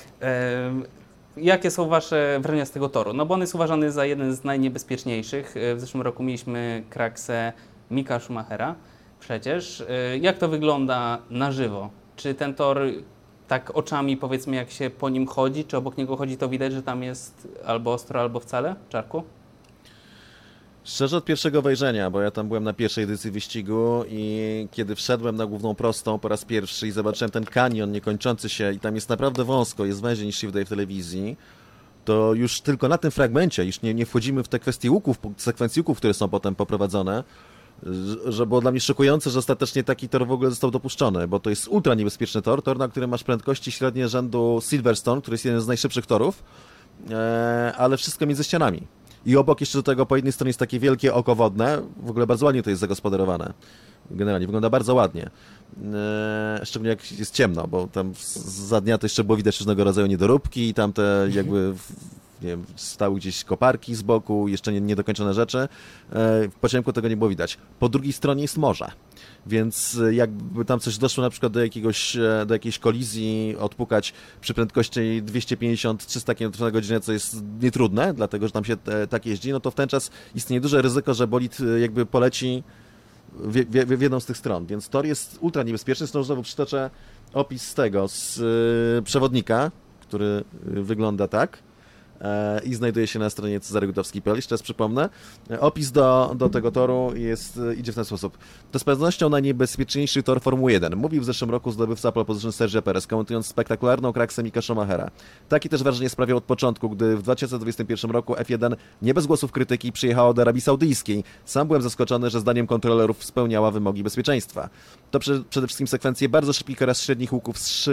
Jakie są Wasze wrażenia z tego toru? No bo on jest uważany za jeden z najniebezpieczniejszych. W zeszłym roku mieliśmy kraksę Micka Schumachera przecież. Jak to wygląda na żywo? Czy ten tor tak oczami, powiedzmy, jak się po nim chodzi, czy obok niego chodzi, to widać, że tam jest albo ostro, albo wcale? Czarku? Szczerze od pierwszego wejrzenia, bo ja tam byłem na pierwszej edycji wyścigu i kiedy wszedłem na główną prostą po raz pierwszy i zobaczyłem ten kanion niekończący się i tam jest naprawdę wąsko, jest węziej niż się wydaje w telewizji, to już tylko na tym fragmencie, już nie, nie wchodzimy w te kwestie łuków, sekwencji łuków, które są potem poprowadzone, że było dla mnie szokujące, że ostatecznie taki tor w ogóle został dopuszczony, bo to jest ultra niebezpieczny tor, tor, na którym masz prędkości średnie rzędu Silverstone, który jest jeden z najszybszych torów, ale wszystko między ścianami. I obok jeszcze do tego po jednej stronie jest takie wielkie oko wodne, w ogóle bardzo ładnie to jest zagospodarowane. Generalnie wygląda bardzo ładnie. Eee, szczególnie jak jest ciemno, bo tam za dnia to jeszcze było widać różnego rodzaju niedoróbki i tam te jakby, nie wiem, stały gdzieś koparki z boku, jeszcze nie, niedokończone rzeczy. Eee, w pociemku tego nie było widać. Po drugiej stronie jest morze. Więc jakby tam coś doszło na przykład do jakiegoś, do jakiejś kolizji, odpukać przy prędkości dwieście pięćdziesiąt do trzystu kilometrów na godzinę, co jest nietrudne, dlatego że tam się tak jeździ, no to w ten czas istnieje duże ryzyko, że bolid jakby poleci w, w, w jedną z tych stron. Więc tor jest ultra niebezpieczny. Znowu przytoczę opis z tego, z przewodnika, który wygląda tak. I znajduje się na stronie cezary gutowski kropka p l. Jeszcze raz przypomnę. Opis do, do tego toru jest, idzie w ten sposób. To z pewnością najniebezpieczniejszy tor Formuły jeden. Mówił w zeszłym roku zdobywca pole position Sergio Perez, komentując spektakularną kraksę Micka Schumachera. Taki też wrażenie sprawiał od początku, gdy w dwa tysiące dwudziestym pierwszym roku F jeden nie bez głosów krytyki przyjechało do Arabii Saudyjskiej. Sam byłem zaskoczony, że zdaniem kontrolerów spełniała wymogi bezpieczeństwa. To prze, przede wszystkim sekwencje bardzo szybkich oraz średnich łuków z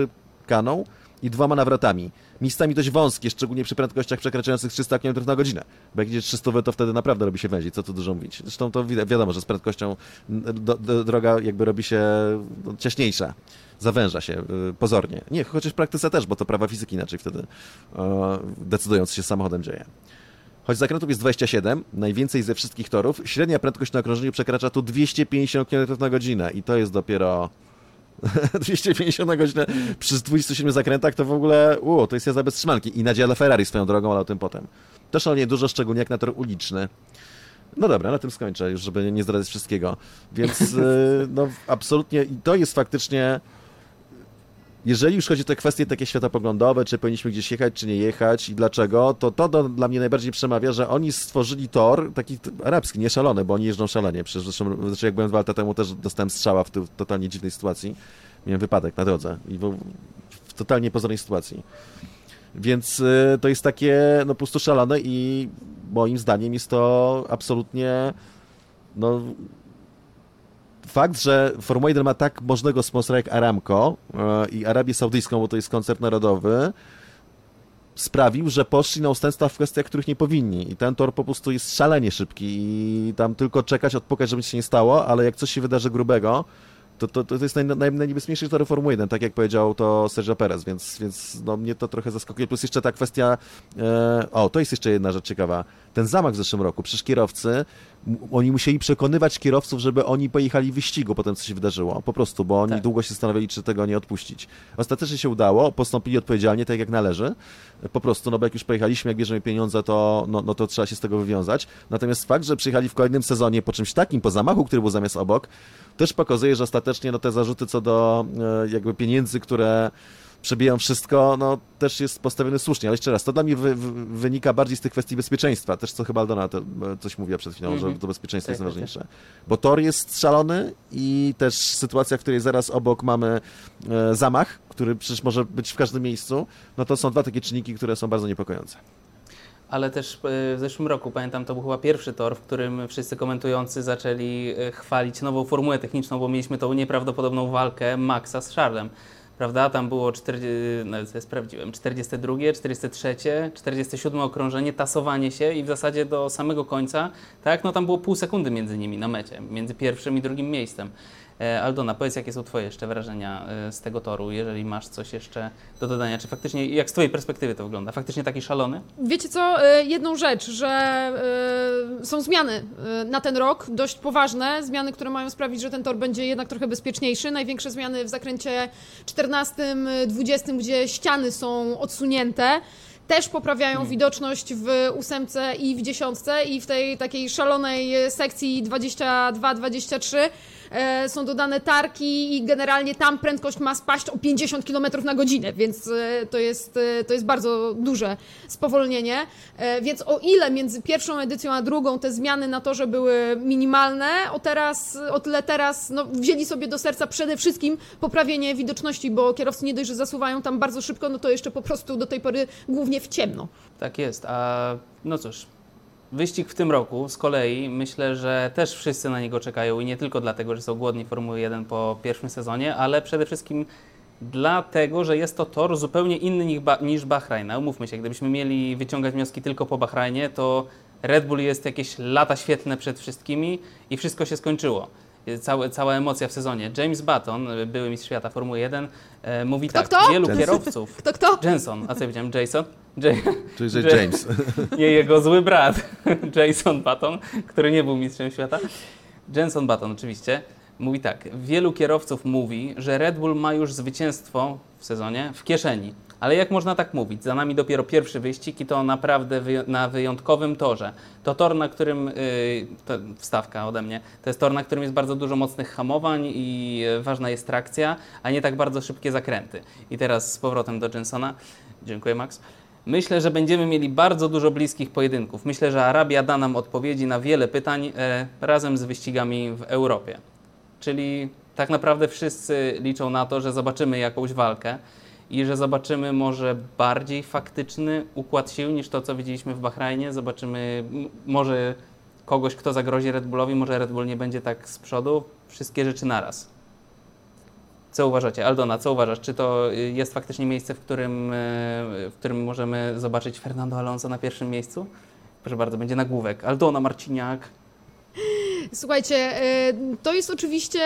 szybkaną i dwoma nawrotami. Miejscami dość wąskie, szczególnie przy prędkościach przekraczających trzysta kilometrów na godzinę. Bo jak jedzie trzysta, to wtedy naprawdę robi się węziej, co tu dużo mówić. Zresztą to wi- wiadomo, że z prędkością do, do, droga jakby robi się no, ciaśniejsza, zawęża się y, pozornie. Nie, chociaż w praktyce też, bo to prawa fizyki inaczej wtedy y, decydują, co się z samochodem dzieje. Choć zakrętów jest dwadzieścia siedem, najwięcej ze wszystkich torów, średnia prędkość na okrążeniu przekracza tu dwieście pięćdziesiąt kilometrów na godzinę i to jest dopiero dwieście pięćdziesiąt na godzinę przy dwudziestu siedmiu zakrętach, to w ogóle u, to jest jazda bez trzymanki i nadzieja dla Ferrari swoją drogą, ale o tym potem. Też o nie dużo, szczególnie jak na tor uliczny. No dobra, na tym skończę już, żeby nie zdradzać wszystkiego. Więc no absolutnie, i to jest faktycznie, jeżeli już chodzi o te kwestie takie światopoglądowe, czy powinniśmy gdzieś jechać, czy nie jechać i dlaczego, to to do, dla mnie najbardziej przemawia, że oni stworzyli tor taki arabski, nie szalony, bo oni jeżdżą szalenie. Przecież zresztą, zresztą jak byłem dwa lata temu, też dostałem strzała w, ty, w totalnie dziwnej sytuacji. Miałem wypadek na drodze i w, w totalnie pozornej sytuacji. Więc y, to jest takie no po prostu szalone i moim zdaniem jest to absolutnie no fakt, że Formuła jeden ma tak możnego sponsora jak Aramco yy, i Arabię Saudyjską, bo to jest koncern narodowy, sprawił, że poszli na ustępstwa w kwestiach, których nie powinni. I ten tor po prostu jest szalenie szybki i tam tylko czekać, odpukać, żeby nic się nie stało, ale jak coś się wydarzy grubego, to, to, to jest naj, naj, najniebezpieczniejszy tor Formuły jeden, tak jak powiedział to Sergio Perez, więc, więc no, mnie to trochę zaskakuje. Plus jeszcze ta kwestia, e, o, to jest jeszcze jedna rzecz ciekawa. Ten zamach w zeszłym roku, przecież kierowcy, m, oni musieli przekonywać kierowców, żeby oni pojechali w wyścigu po tym, co się wydarzyło, po prostu, bo oni tak. długo się zastanawiali, czy tego nie odpuścić. Ostatecznie się udało, postąpili odpowiedzialnie, tak jak należy, po prostu, no bo jak już pojechaliśmy, jak bierzemy pieniądze, to, no, no to trzeba się z tego wywiązać. Natomiast fakt, że przyjechali w kolejnym sezonie po czymś takim, po zamachu, który był zamiast obok, też pokazuje, że ostatecznie no, te zarzuty co do e, jakby pieniędzy, które przebijają wszystko, no też jest postawiony słusznie. Ale jeszcze raz, to dla mnie wy, wy, wynika bardziej z tych kwestii bezpieczeństwa. Też co chyba Aldona to, coś mówiła przed chwilą, mm-hmm. że to bezpieczeństwo tak, jest najważniejsze. Bo tor jest szalony i też sytuacja, w której zaraz obok mamy e, zamach, który przecież może być w każdym miejscu, no to są dwa takie czynniki, które są bardzo niepokojące. Ale też w zeszłym roku, pamiętam, to był chyba pierwszy tor, w którym wszyscy komentujący zaczęli chwalić nową formułę techniczną, bo mieliśmy tą nieprawdopodobną walkę Maxa z Charles'em. Prawda? Tam było czterdzieści, no, ja sprawdziłem, czterdzieste drugie, czterdzieste trzecie, czterdzieste siódme okrążenie, tasowanie się i w zasadzie do samego końca, tak, no tam było pół sekundy między nimi na mecie, między pierwszym i drugim miejscem. E, Aldona, powiedz, jakie są Twoje jeszcze wrażenia e, z tego toru, jeżeli masz coś jeszcze do dodania, czy faktycznie, jak z Twojej perspektywy to wygląda, faktycznie taki szalony? Wiecie co, jedną rzecz, że y, są zmiany na ten rok, dość poważne, zmiany, które mają sprawić, że ten tor będzie jednak trochę bezpieczniejszy. Największe zmiany w zakręcie czternastym, dwudziestym, gdzie ściany są odsunięte, też poprawiają hmm. widoczność w ósemce i w dziesiątce i w tej takiej szalonej sekcji dwadzieścia dwa dwadzieścia trzy e, są dodane tarki i generalnie tam prędkość ma spaść o pięćdziesiąt kilometrów na godzinę, więc e, to, jest, e, to jest bardzo duże spowolnienie. E, więc o ile między pierwszą edycją a drugą te zmiany na torze były minimalne, o, teraz, o tyle teraz no, wzięli sobie do serca przede wszystkim poprawienie widoczności, bo kierowcy nie dość, że zasuwają tam bardzo szybko, no to jeszcze po prostu do tej pory głównie w ciemno. Tak jest, a no cóż, wyścig w tym roku z kolei myślę, że też wszyscy na niego czekają i nie tylko dlatego, że są głodni Formuły jeden po pierwszym sezonie, ale przede wszystkim dlatego, że jest to tor zupełnie inny niż, ba- niż Bahrajn. Umówmy się, gdybyśmy mieli wyciągać wnioski tylko po Bahrajnie, to Red Bull jest jakieś lata świetlne przed wszystkimi i wszystko się skończyło. Całe, cała emocja w sezonie. James Button, były mistrz świata Formuły jeden, e, mówi kto, tak, kto? wielu Jenson. kierowców... Kto, kto? Jenson, a co ja powiedziałem? Jason? J- Czyli, że J- James. Nie jego zły brat, Jason Button, który nie był mistrzem świata. Jenson Button oczywiście. Mówi tak, wielu kierowców mówi, że Red Bull ma już zwycięstwo w sezonie w kieszeni. Ale jak można tak mówić? Za nami dopiero pierwszy wyścig i to naprawdę wyj- na wyjątkowym torze. To tor, na którym, yy, to wstawka ode mnie, to jest tor, na którym jest bardzo dużo mocnych hamowań i ważna jest trakcja, a nie tak bardzo szybkie zakręty. I teraz z powrotem do Jensona. Dziękuję, Max. Myślę, że będziemy mieli bardzo dużo bliskich pojedynków. Myślę, że Arabia da nam odpowiedzi na wiele pytań e, razem z wyścigami w Europie. Czyli tak naprawdę wszyscy liczą na to, że zobaczymy jakąś walkę i że zobaczymy może bardziej faktyczny układ sił niż to, co widzieliśmy w Bahrajnie. Zobaczymy m- może kogoś, kto zagrozi Red Bullowi, może Red Bull nie będzie tak z przodu. Wszystkie rzeczy naraz. Co uważacie? Aldona, co uważasz? Czy to jest faktycznie miejsce, w którym, w którym możemy zobaczyć Fernando Alonso na pierwszym miejscu? Proszę bardzo, będzie nagłówek. Aldona Marciniak. Słuchajcie, to jest oczywiście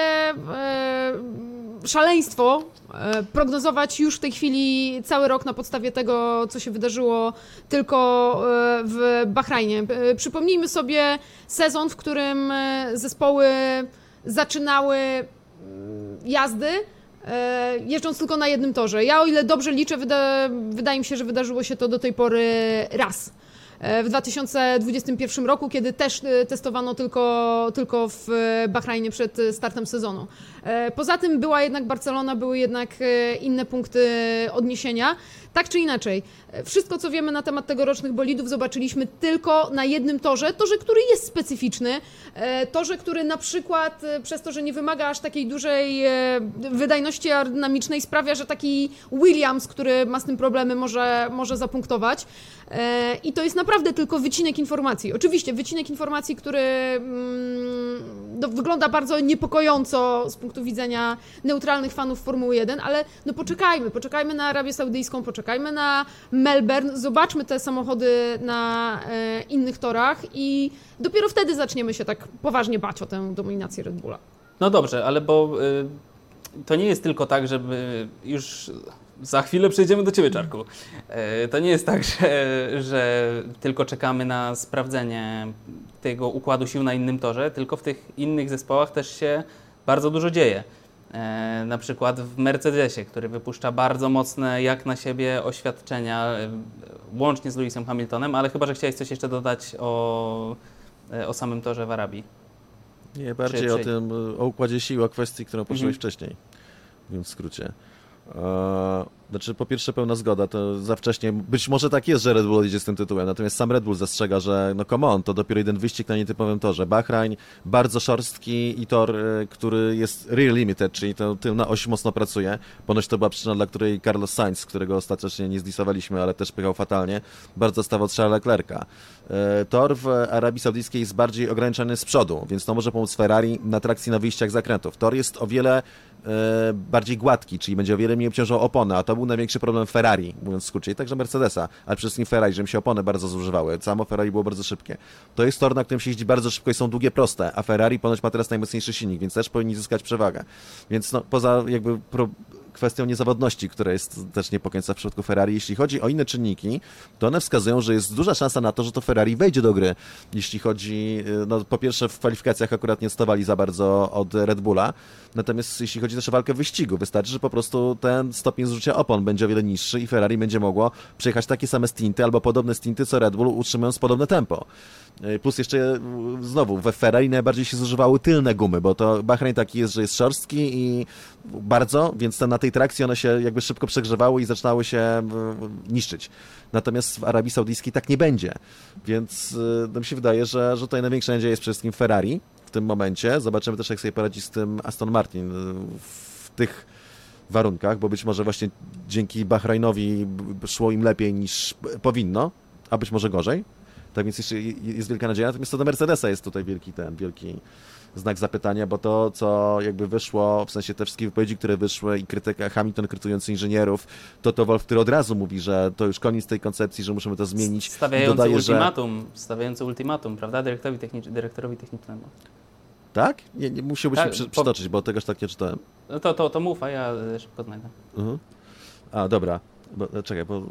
szaleństwo prognozować już w tej chwili cały rok na podstawie tego, co się wydarzyło tylko w Bahrajnie. Przypomnijmy sobie sezon, w którym zespoły zaczynały jazdy jeżdżąc tylko na jednym torze. Ja, o ile dobrze liczę, wyda, wydaje mi się, że wydarzyło się to do tej pory raz. W dwa tysiące dwudziestym pierwszym roku, kiedy też testowano tylko, tylko w Bahrajnie przed startem sezonu. Poza tym była jednak Barcelona, były jednak inne punkty odniesienia. Tak czy inaczej, wszystko co wiemy na temat tegorocznych bolidów zobaczyliśmy tylko na jednym torze, torze, który jest specyficzny, torze, który na przykład przez to, że nie wymaga aż takiej dużej wydajności aerodynamicznej, sprawia, że taki Williams, który ma z tym problemy, może, może zapunktować. I to jest naprawdę tylko wycinek informacji. Oczywiście wycinek informacji, który no, wygląda bardzo niepokojąco z punktu widzenia neutralnych fanów Formuły jeden, ale no poczekajmy, poczekajmy na Arabię Saudyjską, poczekajmy na Melbourne, zobaczmy te samochody na e, innych torach i dopiero wtedy zaczniemy się tak poważnie bać o tę dominację Red Bulla. No dobrze, ale bo y, to nie jest tylko tak, żeby już za chwilę przejdziemy do Ciebie, Czarku. Y, to nie jest tak, że, że tylko czekamy na sprawdzenie tego układu sił na innym torze, tylko w tych innych zespołach też się bardzo dużo dzieje. E, na przykład w Mercedesie, który wypuszcza bardzo mocne jak na siebie oświadczenia, e, łącznie z Lewisem Hamiltonem, ale chyba, że chciałeś coś jeszcze dodać o, e, o samym torze w Arabii. Nie, bardziej czy, o czy... tym, o układzie sił, o kwestii, którą poruszyłeś mhm. wcześniej, mówiąc w skrócie. E, znaczy, po pierwsze pełna zgoda, to za wcześnie, być może tak jest, że Red Bull idzie z tym tytułem, natomiast sam Red Bull zastrzega, że no come on, to dopiero jeden wyścig na nietypowym torze. Bahrain, bardzo szorstki i tor, który jest rear limited, czyli to tylna oś mocno pracuje. Ponoć to była przyczyna, dla której Carlos Sainz, którego ostatecznie nie zdisowaliśmy, ale też pychał fatalnie, bardzo stawał od Charlesa Leclerca. E, tor w Arabii Saudyjskiej jest bardziej ograniczony z przodu, więc to może pomóc Ferrari na trakcji na wyjściach zakrętów. Tor jest o wiele bardziej gładki, czyli będzie o wiele mniej obciążał opony, a to był największy problem Ferrari, mówiąc w skrócie, i także Mercedesa, ale przede wszystkim Ferrari, że mi się opony bardzo zużywały. Samo Ferrari było bardzo szybkie. To jest tor, na którym się jeździ bardzo szybko i są długie, proste, a Ferrari ponoć ma teraz najmocniejszy silnik, więc też powinni zyskać przewagę. Więc no, poza jakby pro... kwestią niezawodności, która jest też niepokojąca w przypadku Ferrari. Jeśli chodzi o inne czynniki, to one wskazują, że jest duża szansa na to, że to Ferrari wejdzie do gry. Jeśli chodzi, no po pierwsze w kwalifikacjach akurat nie stawali za bardzo od Red Bulla, natomiast jeśli chodzi też o walkę w wyścigu, wystarczy, że po prostu ten stopień zużycia opon będzie o wiele niższy i Ferrari będzie mogło przejechać takie same stinty albo podobne stinty, co Red Bull, utrzymując podobne tempo. Plus jeszcze znowu, we Ferrari najbardziej się zużywały tylne gumy, bo to Bahrain taki jest, że jest szorstki i bardzo, więc na tej trakcji one się jakby szybko przegrzewały i zaczynały się niszczyć. Natomiast w Arabii Saudyjskiej tak nie będzie, więc no mi się wydaje, że, że tutaj największa nadzieja jest przede wszystkim Ferrari w tym momencie. Zobaczymy też, jak sobie poradzi z tym Aston Martin w tych warunkach, bo być może właśnie dzięki Bahrainowi szło im lepiej niż powinno, a być może gorzej. Tak więc jeszcze jest wielka nadzieja, natomiast co do Mercedesa jest tutaj wielki ten, wielki znak zapytania, bo to, co jakby wyszło, w sensie te wszystkie wypowiedzi, które wyszły i krytyka, Hamilton krytykujący inżynierów, to to Wolff, który od razu mówi, że to już koniec tej koncepcji, że musimy to zmienić. Stawiający dodaje, ultimatum, że... stawiający ultimatum, prawda, dyrektorowi, technicz... dyrektorowi technicznemu. Tak? Nie, nie musiałbyś tak, mi przytoczyć, bo tegoż tak nie czytałem. No to, to, to mów, a ja szybko znajdę. Uh-huh. A, dobra. Bo, czekaj, bo...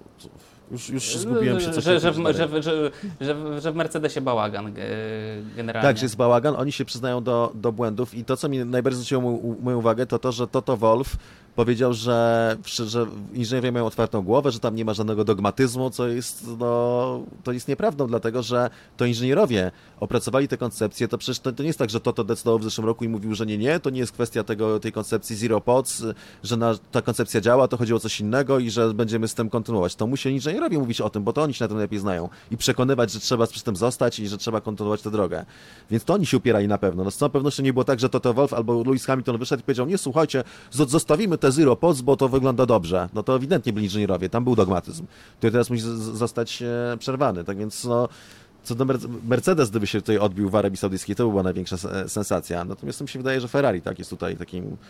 Już, już zgubiłem się, co że, się że, w, że, że, że, że, że w Mercedesie bałagan generalnie. Tak, że jest bałagan, oni się przyznają do, do błędów i to, co mi najbardziej zwróciło moją uwagę, to to, że Toto Wolff powiedział, że, że inżynierowie mają otwartą głowę, że tam nie ma żadnego dogmatyzmu, co jest, no, to jest nieprawdą, dlatego że to inżynierowie opracowali te koncepcje, to przecież to, to nie jest tak, że Toto decydował w zeszłym roku i mówił, że nie, nie, to nie jest kwestia tego, tej koncepcji Zero Pods, że na, ta koncepcja działa, to chodziło o coś innego i że będziemy z tym kontynuować. To musieli inżynierowie mówić o tym, bo to oni się na tym lepiej znają i przekonywać, że trzeba przy tym zostać i że trzeba kontynuować tę drogę. Więc to oni się upierali na pewno. No z całą pewnością nie było tak, że Toto Wolff albo Lewis Hamilton wyszedł i powiedział, nie, słuchajcie, zostawimy te Zero Pods, bo to wygląda dobrze. No to ewidentnie byli inżynierowie, tam był dogmatyzm, który teraz musi z- zostać e, przerwany. Tak więc no, co do Mercedes, gdyby się tutaj odbił w Arabii Saudyjskiej, to była największa sensacja. Natomiast mi się wydaje, że Ferrari tak jest tutaj takim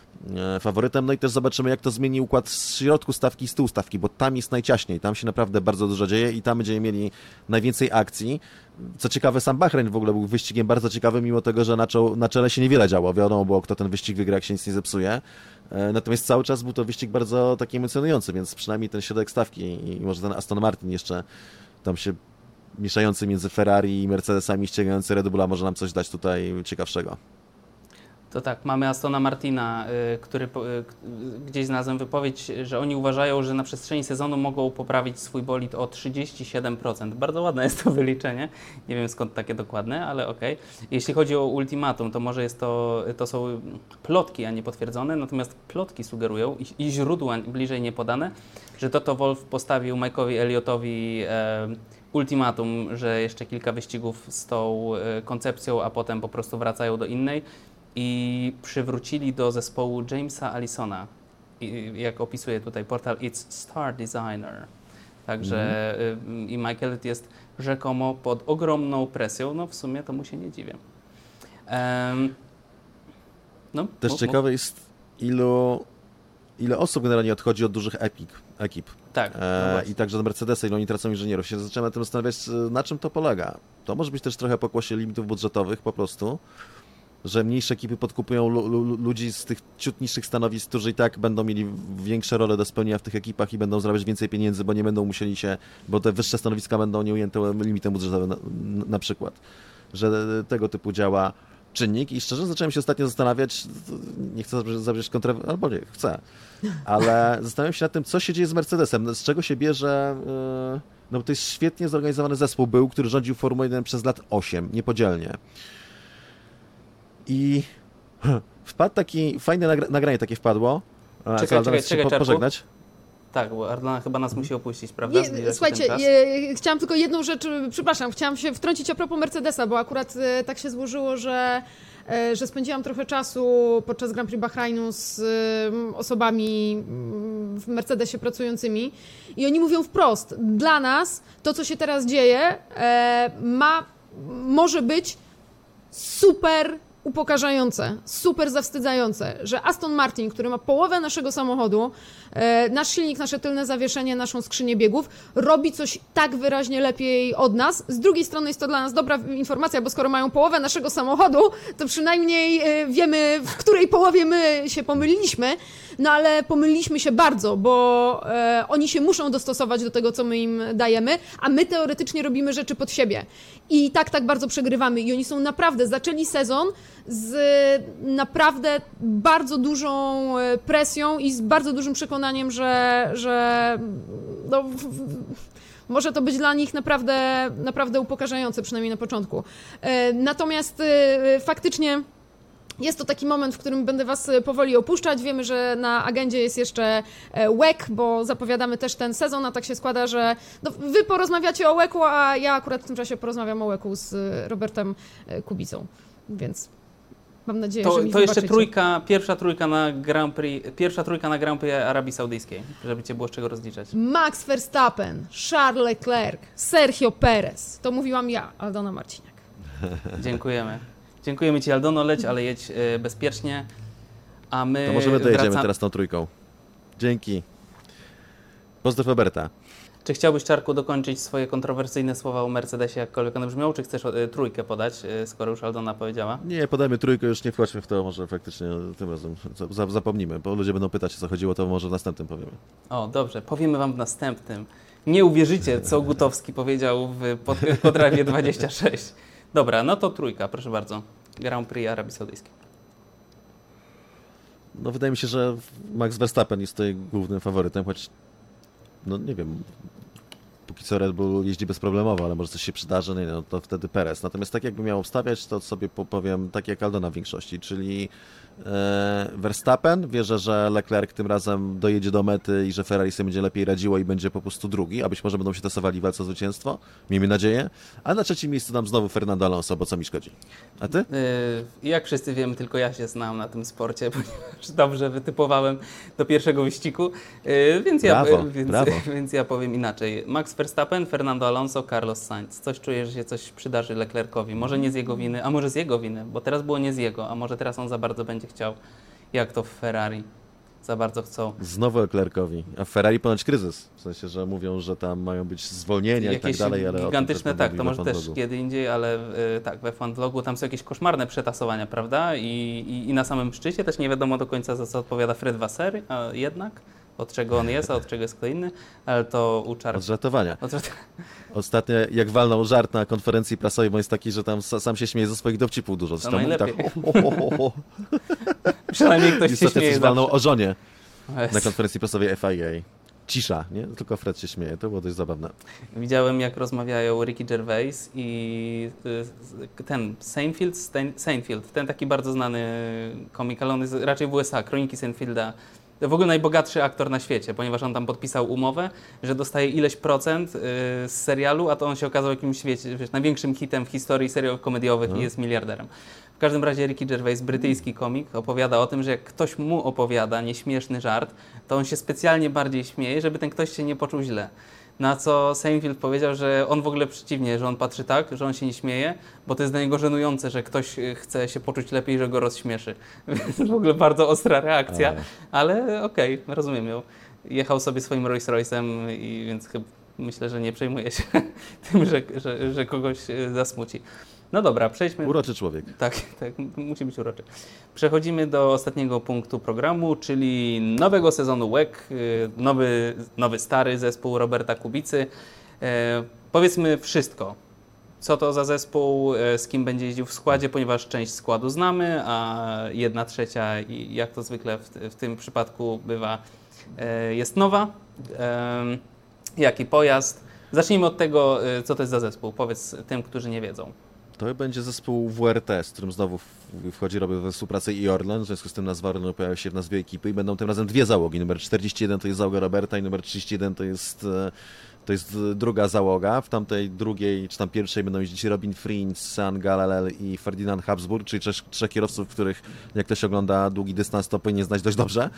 faworytem. No i też zobaczymy, jak to zmieni układ z środku stawki i z tyłu stawki, bo tam jest najciaśniej, tam się naprawdę bardzo dużo dzieje i tam będziemy mieli najwięcej akcji. Co ciekawe, sam Bahrain w ogóle był wyścigiem bardzo ciekawym, mimo tego, że na, czo- na czele się niewiele działo. Wiadomo było, kto ten wyścig wygra, jak się nic nie zepsuje. Natomiast cały czas był to wyścig bardzo taki emocjonujący, więc przynajmniej ten środek stawki i może ten Aston Martin jeszcze tam się mieszający między Ferrari i Mercedesami, ścigający Red Bulla może nam coś dać tutaj ciekawszego. To tak, mamy Astona Martina, y, który y, gdzieś znalazłem wypowiedź, że oni uważają, że na przestrzeni sezonu mogą poprawić swój bolid o trzydzieści siedem procent. Bardzo ładne jest to wyliczenie. Nie wiem skąd takie dokładne, ale okej. Okay. Jeśli chodzi o ultimatum, to może jest to, to są plotki, a nie potwierdzone, natomiast plotki sugerują i, i źródła bliżej nie podane, że Toto Wolff postawił Mike'owi Elliotowi e, ultimatum, że jeszcze kilka wyścigów z tą e, koncepcją, a potem po prostu wracają do innej. I przywrócili do zespołu Jamesa Allisona, I, jak opisuje tutaj portal It's Star Designer. Także mm. i Michael jest rzekomo pod ogromną presją, no w sumie to mu się nie dziwię. Um, no, Też mów, ciekawe mów. jest, ilu, ile osób generalnie odchodzi od dużych epik, ekip. Tak, no e, I także do Mercedesa, ile oni tracą inżynierów. Się zaczynamy na tym zastanawiać, na czym to polega. To może być też trochę pokłosie limitów budżetowych po prostu, że mniejsze ekipy podkupują lu- lu- ludzi z tych ciut niższych stanowisk, którzy i tak będą mieli większe role do spełnienia w tych ekipach i będą zarabiać więcej pieniędzy, bo nie będą musieli się, bo te wyższe stanowiska będą nieujęte limitem budżetowym na, na przykład. Że tego typu działa czynnik i szczerze zacząłem się ostatnio zastanawiać, nie chcę zabrzeć kontrowersji, albo nie, chcę, ale zastanawiam się nad tym, co się dzieje z Mercedesem, z czego się bierze, no bo to jest świetnie zorganizowany zespół był, który rządził Formułą jeden przez lat osiem, niepodzielnie. I wpadł taki, fajne nagra- nagranie takie wpadło. Czekaj, Co, czekaj, się czekaj, po- Czarku. pożegnać? Tak, bo Ardana chyba nas musi opuścić, prawda? Zbliża Nie, się słuchajcie, ten czas. e, chciałam tylko jedną rzecz, e, przepraszam, chciałam się wtrącić a propos Mercedesa, bo akurat e, tak się złożyło, że, e, że spędziłam trochę czasu podczas Grand Prix Bahrainu z e, osobami m, w Mercedesie pracującymi i oni mówią wprost, dla nas to, co się teraz dzieje, e, ma, może być super upokarzające, super zawstydzające, że Aston Martin, który ma połowę naszego samochodu, e, nasz silnik, nasze tylne zawieszenie, naszą skrzynię biegów, robi coś tak wyraźnie lepiej od nas. Z drugiej strony jest to dla nas dobra informacja, bo skoro mają połowę naszego samochodu, to przynajmniej e, wiemy, w której połowie my się pomyliliśmy, no ale pomyliliśmy się bardzo, bo e, oni się muszą dostosować do tego, co my im dajemy, a my teoretycznie robimy rzeczy pod siebie. I tak, tak bardzo przegrywamy. I oni są naprawdę, zaczęli sezon z naprawdę bardzo dużą presją i z bardzo dużym przekonaniem, że, że no, w, w, może to być dla nich naprawdę, naprawdę upokarzające, przynajmniej na początku. E, natomiast e, faktycznie jest to taki moment, w którym będę Was powoli opuszczać. Wiemy, że na agendzie jest jeszcze W E C, bo zapowiadamy też ten sezon, a tak się składa, że no, Wy porozmawiacie o W E C-u, a ja akurat w tym czasie porozmawiam o W E C-u z Robertem Kubicą, więc mam nadzieję, To, że mi to jeszcze zobaczycie. trójka, pierwsza trójka na Grand Prix, pierwsza trójka na Grand Prix Arabii Saudyjskiej, żeby Cię było z czego rozliczać. Max Verstappen, Charles Leclerc, Sergio Perez. To mówiłam ja, Aldona Marciniak. Dziękujemy. Dziękujemy Ci, Aldono, leć, ale jedź y, bezpiecznie, a my To może my dojedziemy wracam... teraz tą trójką. Dzięki. Pozdrow Roberta. Czy chciałbyś, Czarku, dokończyć swoje kontrowersyjne słowa o Mercedesie, jakkolwiek one brzmią, czy chcesz y, trójkę podać, y, skoro już Aldona powiedziała? Nie, podajmy trójkę, już nie wchodźmy w to, może faktycznie tym razem za- zapomnimy, bo ludzie będą pytać, o co chodziło, to może w następnym powiemy. O, dobrze, powiemy Wam w następnym. Nie uwierzycie, co Gutowski powiedział w pod, Podrawie dwadzieścia sześć. Dobra, no to trójka, proszę bardzo. Grand Prix Arabii Saudyjskiej. No wydaje mi się, że Max Verstappen jest tutaj głównym faworytem, choć no nie wiem, póki co Red Bull jeździ bezproblemowo, ale może coś się przydarzy, no, no to wtedy Perez. Natomiast tak jakbym miał obstawiać, to sobie powiem tak jak Aldona w większości, czyli e, Verstappen, wierzę, że Leclerc tym razem dojedzie do mety i że Ferrari sobie będzie lepiej radziło i będzie po prostu drugi, a być może będą się tasowali w walce o zwycięstwo, miejmy nadzieję, a na trzecim miejscu dam znowu Fernando Alonso, bo co mi szkodzi. A ty? Yy, jak wszyscy wiemy, tylko ja się znam na tym sporcie, ponieważ dobrze wytypowałem do pierwszego wyścigu, yy, więc, Brawo, ja, więc, brawo. więc ja powiem inaczej. Max Verstappen, Fernando Alonso, Carlos Sainz. Coś czuję, że się coś przydarzy Leclercowi. Może nie z jego winy, a może z jego winy, bo teraz było nie z jego, a może teraz on za bardzo będzie chciał jak to w Ferrari za bardzo chcą. Znowu Leclercowi, a w Ferrari ponoć kryzys, w sensie, że mówią, że tam mają być zwolnienia jakieś i tak dalej, ale gigantyczne, tak, to może też vlogu. kiedy indziej, ale y, tak, we F jeden vlogu tam są jakieś koszmarne przetasowania, prawda? I, i, i na samym szczycie też nie wiadomo do końca, za co odpowiada Fred Vasseur, a jednak od czego on jest, a od czego jest kto inny, ale to u Charles... Od żartowania. Od żart... Ostatnio jak walnął żart na konferencji prasowej, bo jest taki, że tam sam się śmieje ze swoich dowcipów dużo. To tam mówi tak, najlepiej. o, o, o, o. Przynajmniej ktoś I się ostatnio śmieje coś walnął zawsze. o żonie Jest. na konferencji prasowej F I A. Cisza, nie? Tylko Fred się śmieje. To było dość zabawne. Widziałem, jak rozmawiają Ricky Gervais i y, ten Seinfeld, Stein- Seinfeld, ten taki bardzo znany komik, ale on jest raczej w U S A, Kroniki Seinfelda. To w ogóle najbogatszy aktor na świecie, ponieważ on tam podpisał umowę, że dostaje ileś procent y, z serialu, a to on się okazał jakimś, wiecie, wiesz, największym hitem w historii serialów komediowych No. i jest miliarderem. W każdym razie Ricky Gervais, brytyjski komik, opowiada o tym, że jak ktoś mu opowiada nieśmieszny żart, to on się specjalnie bardziej śmieje, żeby ten ktoś się nie poczuł źle. Na co Seinfeld powiedział, że on w ogóle przeciwnie, że on patrzy tak, że on się nie śmieje, bo to jest dla niego żenujące, że ktoś chce się poczuć lepiej, że go rozśmieszy. Więc w ogóle bardzo ostra reakcja, ale okej, okay, rozumiem ją. Jechał sobie swoim Rolls Royce'em i więc chyba myślę, że nie przejmuje się tym, że, że, że kogoś zasmuci. No dobra, przejdźmy... Uroczy człowiek. Tak, tak, musi być uroczy. Przechodzimy do ostatniego punktu programu, czyli nowego sezonu W E C, nowy, nowy stary zespół Roberta Kubicy. E, powiedzmy wszystko. Co to za zespół, e, z kim będzie jeździł w składzie, ponieważ część składu znamy, a jedna trzecia, i jak to zwykle w, w tym przypadku bywa, e, jest nowa. E, jaki pojazd? Zacznijmy od tego, e, co to jest za zespół. Powiedz tym, którzy nie wiedzą. To będzie zespół W R T, z którym znowu wchodzi robię we współpracę i Orlen, w związku z tym nazwa Orlen pojawia się w nazwie ekipy i będą tym razem dwie załogi. Numer czterdzieści jeden to jest załoga Roberta i numer trzydzieści jeden to jest, to jest druga załoga. W tamtej drugiej, czy tam pierwszej będą jeździć Robin Fringe, Sean Galalel i Ferdinand Habsburg, czyli trzech, trzech kierowców, których jak ktoś ogląda długi dystans, to powinien znać dość dobrze,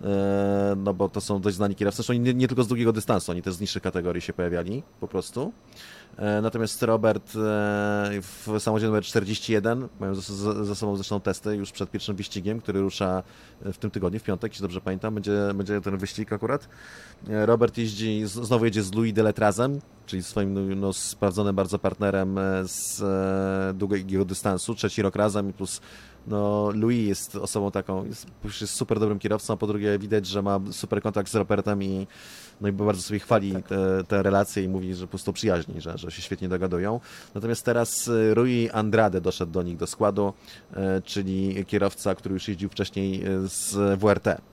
no bo to są dość znani kierowcy. Zresztą nie, nie tylko z długiego dystansu, oni też z niższych kategorii się pojawiali po prostu. Natomiast Robert w samochodzie numer czterdzieści jeden, mają za, za sobą zresztą testy już przed pierwszym wyścigiem, który rusza w tym tygodniu, w piątek, jeśli dobrze pamiętam, będzie, będzie ten wyścig akurat. Robert jeździ, znowu jedzie z Louis Deletrazem, czyli swoim no, sprawdzonym bardzo partnerem z długiego dystansu, trzeci rok razem, plus no, Louis jest osobą taką, jest, jest super dobrym kierowcą, a po drugie widać, że ma super kontakt z Robertem i no i bardzo sobie chwali tak. te, te relacje i mówi, że po prostu przyjaźni, że, że się świetnie dogadują. Natomiast teraz Rui Andrade doszedł do nich do składu, e, czyli kierowca, który już jeździł wcześniej z W R T. E,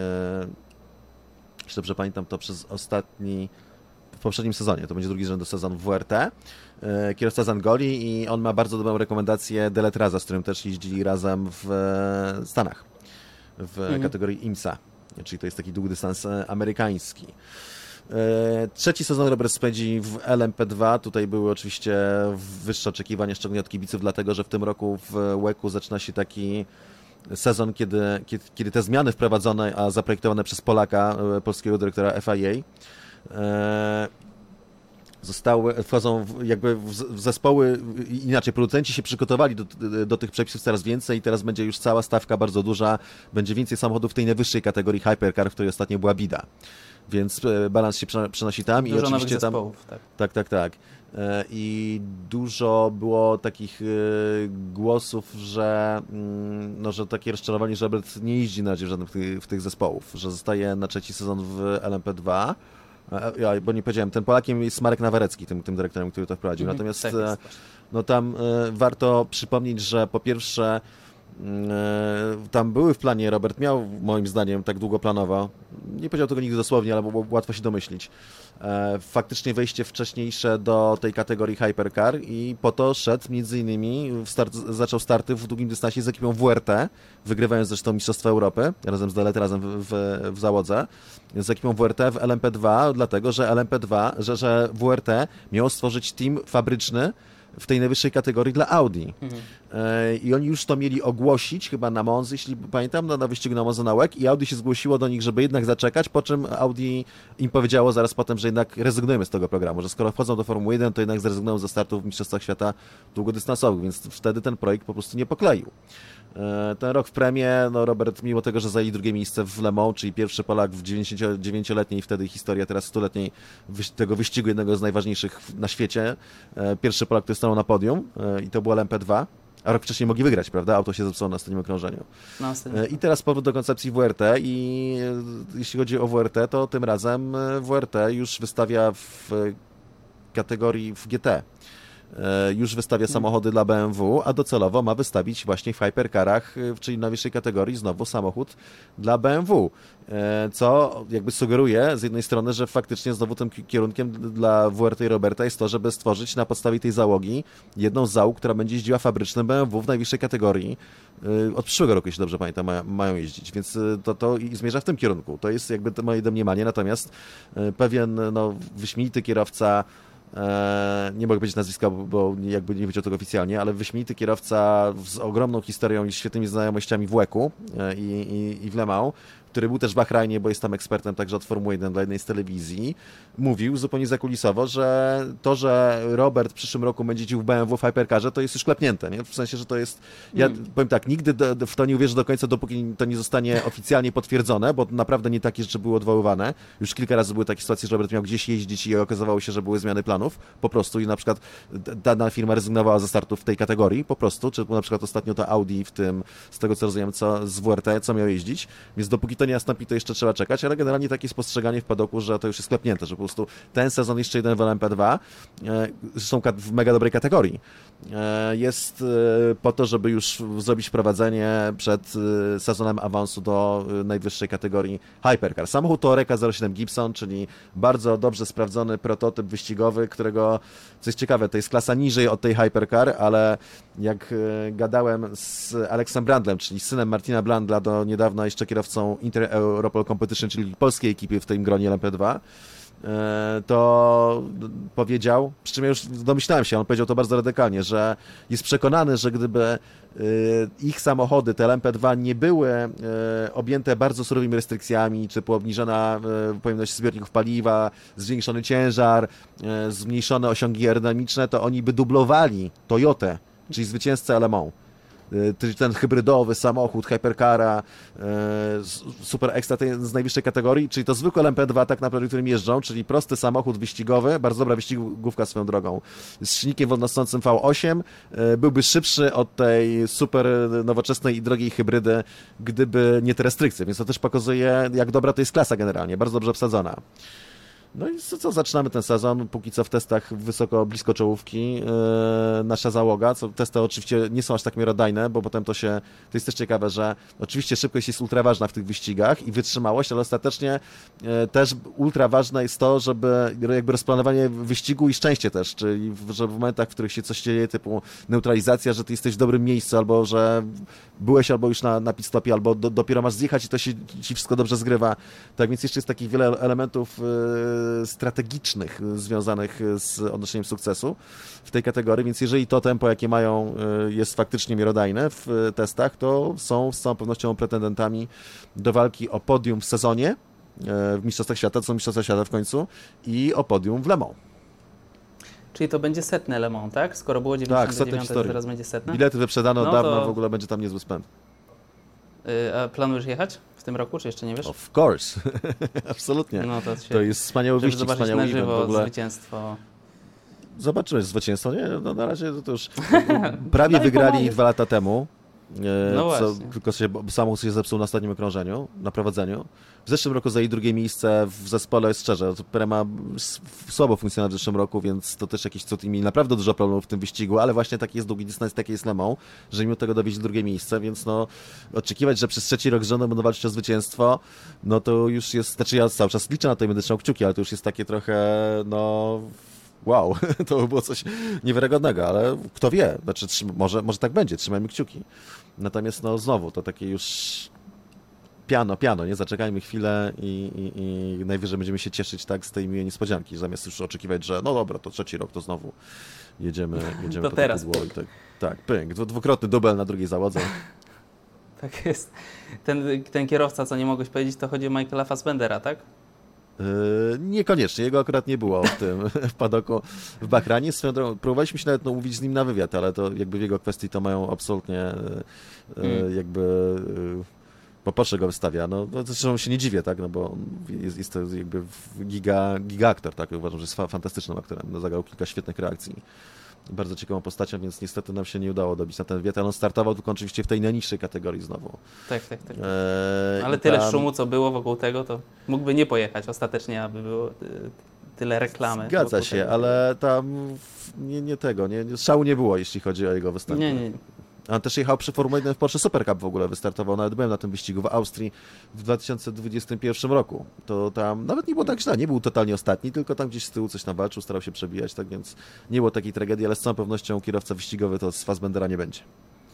jeśli dobrze pamiętam, to przez ostatni, w poprzednim sezonie, to będzie drugi z rzędu sezon w W R T. E, kierowca z Angolii i on ma bardzo dobrą rekomendację Deletraza, z którym też jeździli razem w Stanach, w mhm. kategorii I M S A. Czyli to jest taki długodystans amerykański. Trzeci sezon Robert spędzi w L M P dwa. Tutaj były oczywiście wyższe oczekiwania, szczególnie od kibiców, dlatego że w tym roku w W E C-u zaczyna się taki sezon, kiedy, kiedy, kiedy te zmiany wprowadzone, a zaprojektowane przez Polaka, polskiego dyrektora F I A, zostały, wchodzą w, jakby w, w zespoły, inaczej, producenci się przygotowali do, do tych przepisów coraz więcej i teraz będzie już cała stawka bardzo duża, będzie więcej samochodów w tej najwyższej kategorii Hypercar, w której ostatnio była bida. Więc balans się przenosi tam. Dużo i oczywiście nowych tam zespołów, tak. Tak, tak, tak. I dużo było takich głosów, że, no, że takie rozczarowanie, że Robert nie jeździ na razie w żadnym tych, w tych zespołów, że zostaje na trzeci sezon w L M P dwa. Ja, bo nie powiedziałem, ten Polakiem jest Marek Nawarecki, tym, tym dyrektorem, który to wprowadził. Mm, Natomiast tak no, tam e, warto przypomnieć, że po pierwsze e, tam były w planie, Robert miał moim zdaniem tak długo planowo, nie powiedział tego nigdy dosłownie, ale było łatwo się domyślić, e, faktycznie wejście wcześniejsze do tej kategorii Hypercar i po to szedł między innymi, start, zaczął starty w długim dystansie z ekipą W R T, wygrywając zresztą Mistrzostwa Europy, razem z Delet, razem w, w, w załodze, z ekipą W R T w L M P dwa, dlatego że L M P dwa, że, że W R T miało stworzyć team fabryczny w tej najwyższej kategorii dla Audi. Mhm. i oni już to mieli ogłosić chyba na Monzy, jeśli pamiętam, na, na wyścigu na Monza na łek i Audi się zgłosiło do nich, żeby jednak zaczekać, po czym Audi im powiedziało zaraz potem, że jednak rezygnujemy z tego programu, że skoro wchodzą do Formuły jeden, to jednak zrezygnują ze startów w Mistrzostwach Świata długodystansowych, więc wtedy ten projekt po prostu nie pokleił. Ten rok w premie, no Robert, mimo tego, że zajęli drugie miejsce w Le Mans, czyli pierwszy Polak w dziewięciodziewięcioletniej wtedy historii, a teraz stuletniej tego wyścigu, jednego z najważniejszych na świecie, pierwszy Polak, który stanął na podium i to był L M P dwa. A rok wcześniej mogli wygrać, prawda? Auto się zepsuło na ostatnim okrążeniu. No, I teraz powrót do koncepcji W R T i jeśli chodzi o W R T, to tym razem W R T już wystawia w kategorii w G T. Już wystawia samochody dla B M W, a docelowo ma wystawić właśnie w hypercarach, czyli na wyższej kategorii, znowu samochód dla B M W. Co jakby sugeruje z jednej strony, że faktycznie znowu tym kierunkiem dla W R T i Roberta jest to, żeby stworzyć na podstawie tej załogi jedną z załóg, która będzie jeździła fabrycznym B M W w najwyższej kategorii. Od przyszłego roku, jeśli dobrze pamiętam, mają jeździć, więc to, to zmierza w tym kierunku. To jest jakby moje domniemanie, natomiast pewien no, wyśmienity kierowca, nie mogę powiedzieć nazwiska, bo jakby nie wiedział tego oficjalnie, ale wyśmienity kierowca z ogromną historią i świetnymi znajomościami w łeku i, i, i w Le Mans, który był też w Bahrajnie, bo jest tam ekspertem także od Formuły jeden dla jednej z telewizji, mówił zupełnie zakulisowo, że to, że Robert w przyszłym roku będzie jeździł w B M W w Hypercarze, to jest już klepnięte, nie? W sensie, że to jest, ja mm. powiem tak, nigdy do, do, w to nie uwierzę do końca, dopóki to nie zostanie oficjalnie potwierdzone, bo naprawdę nie takie rzeczy były odwoływane. Już kilka razy były takie sytuacje, że Robert miał gdzieś jeździć i okazywało się, że były zmiany planów, po prostu i na przykład dana firma rezygnowała ze startów w tej kategorii, po prostu, czy na przykład ostatnio to Audi w tym, z tego co rozumiem, co z W R T, co miał jeździć, więc dopóki to nie nastąpi, to jeszcze trzeba czekać, ale generalnie takie spostrzeganie w padoku, że to już jest sklepnięte, że po prostu ten sezon jeszcze jeden w L M P dwa, zresztą w mega dobrej kategorii, jest po to, żeby już zrobić wprowadzenie przed sezonem awansu do najwyższej kategorii Hypercar. Samochód to Oreca zero siedem Gibson, czyli bardzo dobrze sprawdzony prototyp wyścigowy, którego, co jest ciekawe, to jest klasa niżej od tej Hypercar, ale jak gadałem z Alexem Brandlem, czyli synem Martina Brandla, do niedawna jeszcze kierowcą Inter Europol Competition, czyli polskiej ekipy w tym gronie L M P dwa, to powiedział, przy czym ja już domyślałem się, on powiedział to bardzo radykalnie, że jest przekonany, że gdyby ich samochody, te L M P dwa, nie były objęte bardzo surowymi restrykcjami, typu obniżona pojemność zbiorników paliwa, zwiększony ciężar, zmniejszone osiągi aerodynamiczne, to oni by dublowali Toyotę, czyli zwycięzcę Le Mans. Ten hybrydowy samochód Hypercara, super ekstra z najwyższej kategorii, czyli to zwykłe L M P dwa tak naprawdę, którym jeżdżą, czyli prosty samochód wyścigowy, bardzo dobra wyścigówka swoją drogą, z silnikiem wolnosącym V osiem, byłby szybszy od tej super nowoczesnej i drogiej hybrydy, gdyby nie te restrykcje, więc to też pokazuje, jak dobra to jest klasa generalnie, bardzo dobrze obsadzona. No i co, co, zaczynamy ten sezon, póki co w testach wysoko, blisko czołówki, yy, nasza załoga, co testy oczywiście nie są aż tak miarodajne, bo potem to się, to jest też ciekawe, że oczywiście szybkość jest ultra ważna w tych wyścigach i wytrzymałość, ale ostatecznie yy, też ultra ważne jest to, żeby jakby rozplanowanie wyścigu i szczęście też, czyli w, że w momentach, w których się coś dzieje, typu neutralizacja, że ty jesteś w dobrym miejscu, albo że byłeś albo już na, na pit stopie, albo do, dopiero masz zjechać i to się ci wszystko dobrze zgrywa. Tak więc jeszcze jest takich wiele elementów yy, strategicznych związanych z odnoszeniem sukcesu w tej kategorii, więc jeżeli to tempo, jakie mają, jest faktycznie miarodajne w testach, to są z całą pewnością pretendentami do walki o podium w sezonie w Mistrzostwach Świata, to są Mistrzostwa Świata w końcu, i o podium w Le Mans. Czyli to będzie setne Le Mans, tak? Skoro było dziewięćdziesiąte dziewięć, to teraz będzie setne? Bilety wyprzedano no dawno, to... w ogóle będzie tam niezły spęd. A planujesz jechać w tym roku, czy jeszcze nie wiesz? Of course, absolutnie. No to, się, to jest wspaniały wyścig, wspaniały na żywo event w ogóle. Zwycięstwo. Zobaczymy zwycięstwo, nie? No, na razie to, to już prawie wygrali dwa lata temu. No co, tylko się, samochód się zepsuł na ostatnim okrążeniu, na prowadzeniu. W zeszłym roku zajęli drugie miejsce w zespole, szczerze, Prema słabo funkcjonuje w zeszłym roku, więc to też jakiś cud i mieli naprawdę dużo problemów w tym wyścigu, ale właśnie taki jest długi dystans, taki jest Le Mans, że mimo tego dowieźli drugie miejsce, więc no oczekiwać, że przez trzeci rok z rządem będą walczyć o zwycięstwo, no to już jest, znaczy ja cały czas liczę na to i będę trzymał kciuki, ale to już jest takie trochę, no... Wow, to by było coś niewiarygodnego, ale kto wie, znaczy może, może tak będzie, trzymajmy kciuki. Natomiast no znowu, to takie już piano, piano, nie? Zaczekajmy chwilę i, i, i najwyżej będziemy się cieszyć tak z tej miłej niespodzianki, zamiast już oczekiwać, że no dobra, to trzeci rok, to znowu jedziemy, jedziemy To po teraz to pudło i tak, tak, pęk, dwukrotny dubel na drugiej załodze. Tak jest. Ten, ten kierowca, co nie mogłeś powiedzieć, to chodzi o Michaela Fassbendera, tak? Yy, niekoniecznie, jego akurat nie było w tym w padoku w Bahrajnie. Swoją drogą, próbowaliśmy się nawet no, umówić z nim na wywiad, ale to jakby w jego kwestii to mają absolutnie yy, Mm. jakby yy, popatrzę go wystawia. No, no zresztą się nie dziwię, tak, no bo jest, jest to jakby giga, giga aktor, tak, uważam, że jest fa fantastycznym aktorem. No, zagrał kilka świetnych reakcji. Bardzo ciekawą postacią, więc niestety nam się nie udało dobić na ten wywiad, ale on startował tylko oczywiście w tej najniższej kategorii znowu. Tak, tak, tak. Eee, Ale i tyle tam- szumu, co było wokół tego, to mógłby nie pojechać ostatecznie, aby było y, tyle reklamy. Zgadza wokół się, tego. ale tam w- nie, nie tego, nie, nie, szału nie było, jeśli chodzi o jego występy. Nie, nie. On też jechał przy Formule jeden w Porsche Super Cup w ogóle, wystartował, nawet byłem na tym wyścigu w Austrii w dwa tysiące dwudziestym pierwszym roku. To tam nawet nie było tak źle, nie był totalnie ostatni, tylko tam gdzieś z tyłu coś tam walczył, starał się przebijać, tak więc nie było takiej tragedii, ale z całą pewnością kierowca wyścigowy to z Fassbendera nie będzie.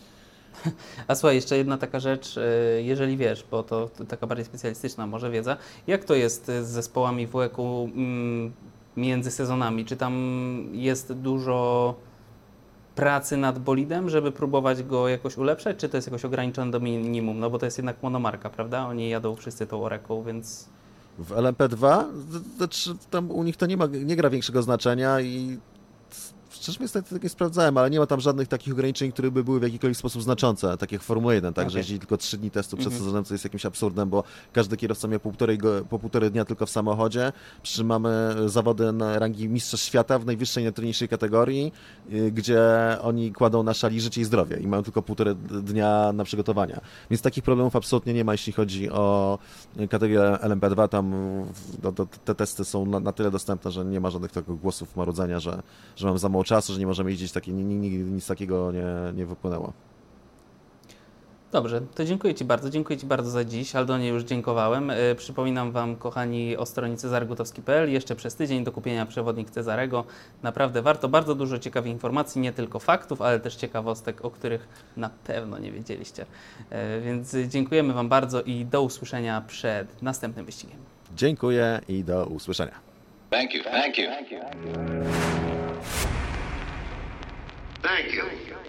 A słuchaj, jeszcze jedna taka rzecz, y, jeżeli wiesz, bo to, to taka bardziej specjalistyczna może wiedza, jak to jest z zespołami w WEC-u mm, między sezonami? Czy tam jest dużo pracy nad bolidem, żeby próbować go jakoś ulepszać, czy to jest jakoś ograniczone do minimum? No bo to jest jednak monomarka, prawda? Oni jadą wszyscy tą Oreką, więc... W L M P dwa, znaczy tam u nich to nie, ma, nie gra większego znaczenia i szczerze mówiąc, tak nie sprawdzałem, ale nie ma tam żadnych takich ograniczeń, które by były w jakikolwiek sposób znaczące, tak jak w Formule jeden, tak, Okay. że jeździ tylko trzy dni testu przed Mhm. sezonem, co jest jakimś absurdem, bo każdy kierowca miał półtorej, go- po półtorej dnia tylko w samochodzie, przy czym mamy zawody na rangi mistrzostw świata w najwyższej i najtrudniejszej kategorii, y, gdzie oni kładą na szali życie i zdrowie i mają tylko półtorej dnia na przygotowania. Więc takich problemów absolutnie nie ma, jeśli chodzi o kategorię L M P dwa, tam no, to, te testy są na, na tyle dostępne, że nie ma żadnych takich głosów marudzenia, że, że mam za mało czasu, że nie możemy jeździć, takie, nigdy nic takiego nie, nie wypłynęło. Dobrze, to dziękuję Ci bardzo. Dziękuję Ci bardzo za dziś. Aldonie już dziękowałem. E, Przypominam Wam, kochani, o stronie cezargutowski kropka p l. Jeszcze przez tydzień do kupienia przewodnik Cezarego. Naprawdę warto. Bardzo dużo ciekawych informacji, nie tylko faktów, ale też ciekawostek, o których na pewno nie wiedzieliście. E, Więc dziękujemy Wam bardzo i do usłyszenia przed następnym wyścigiem. Dziękuję i do usłyszenia. Thank you. Thank you. Thank you.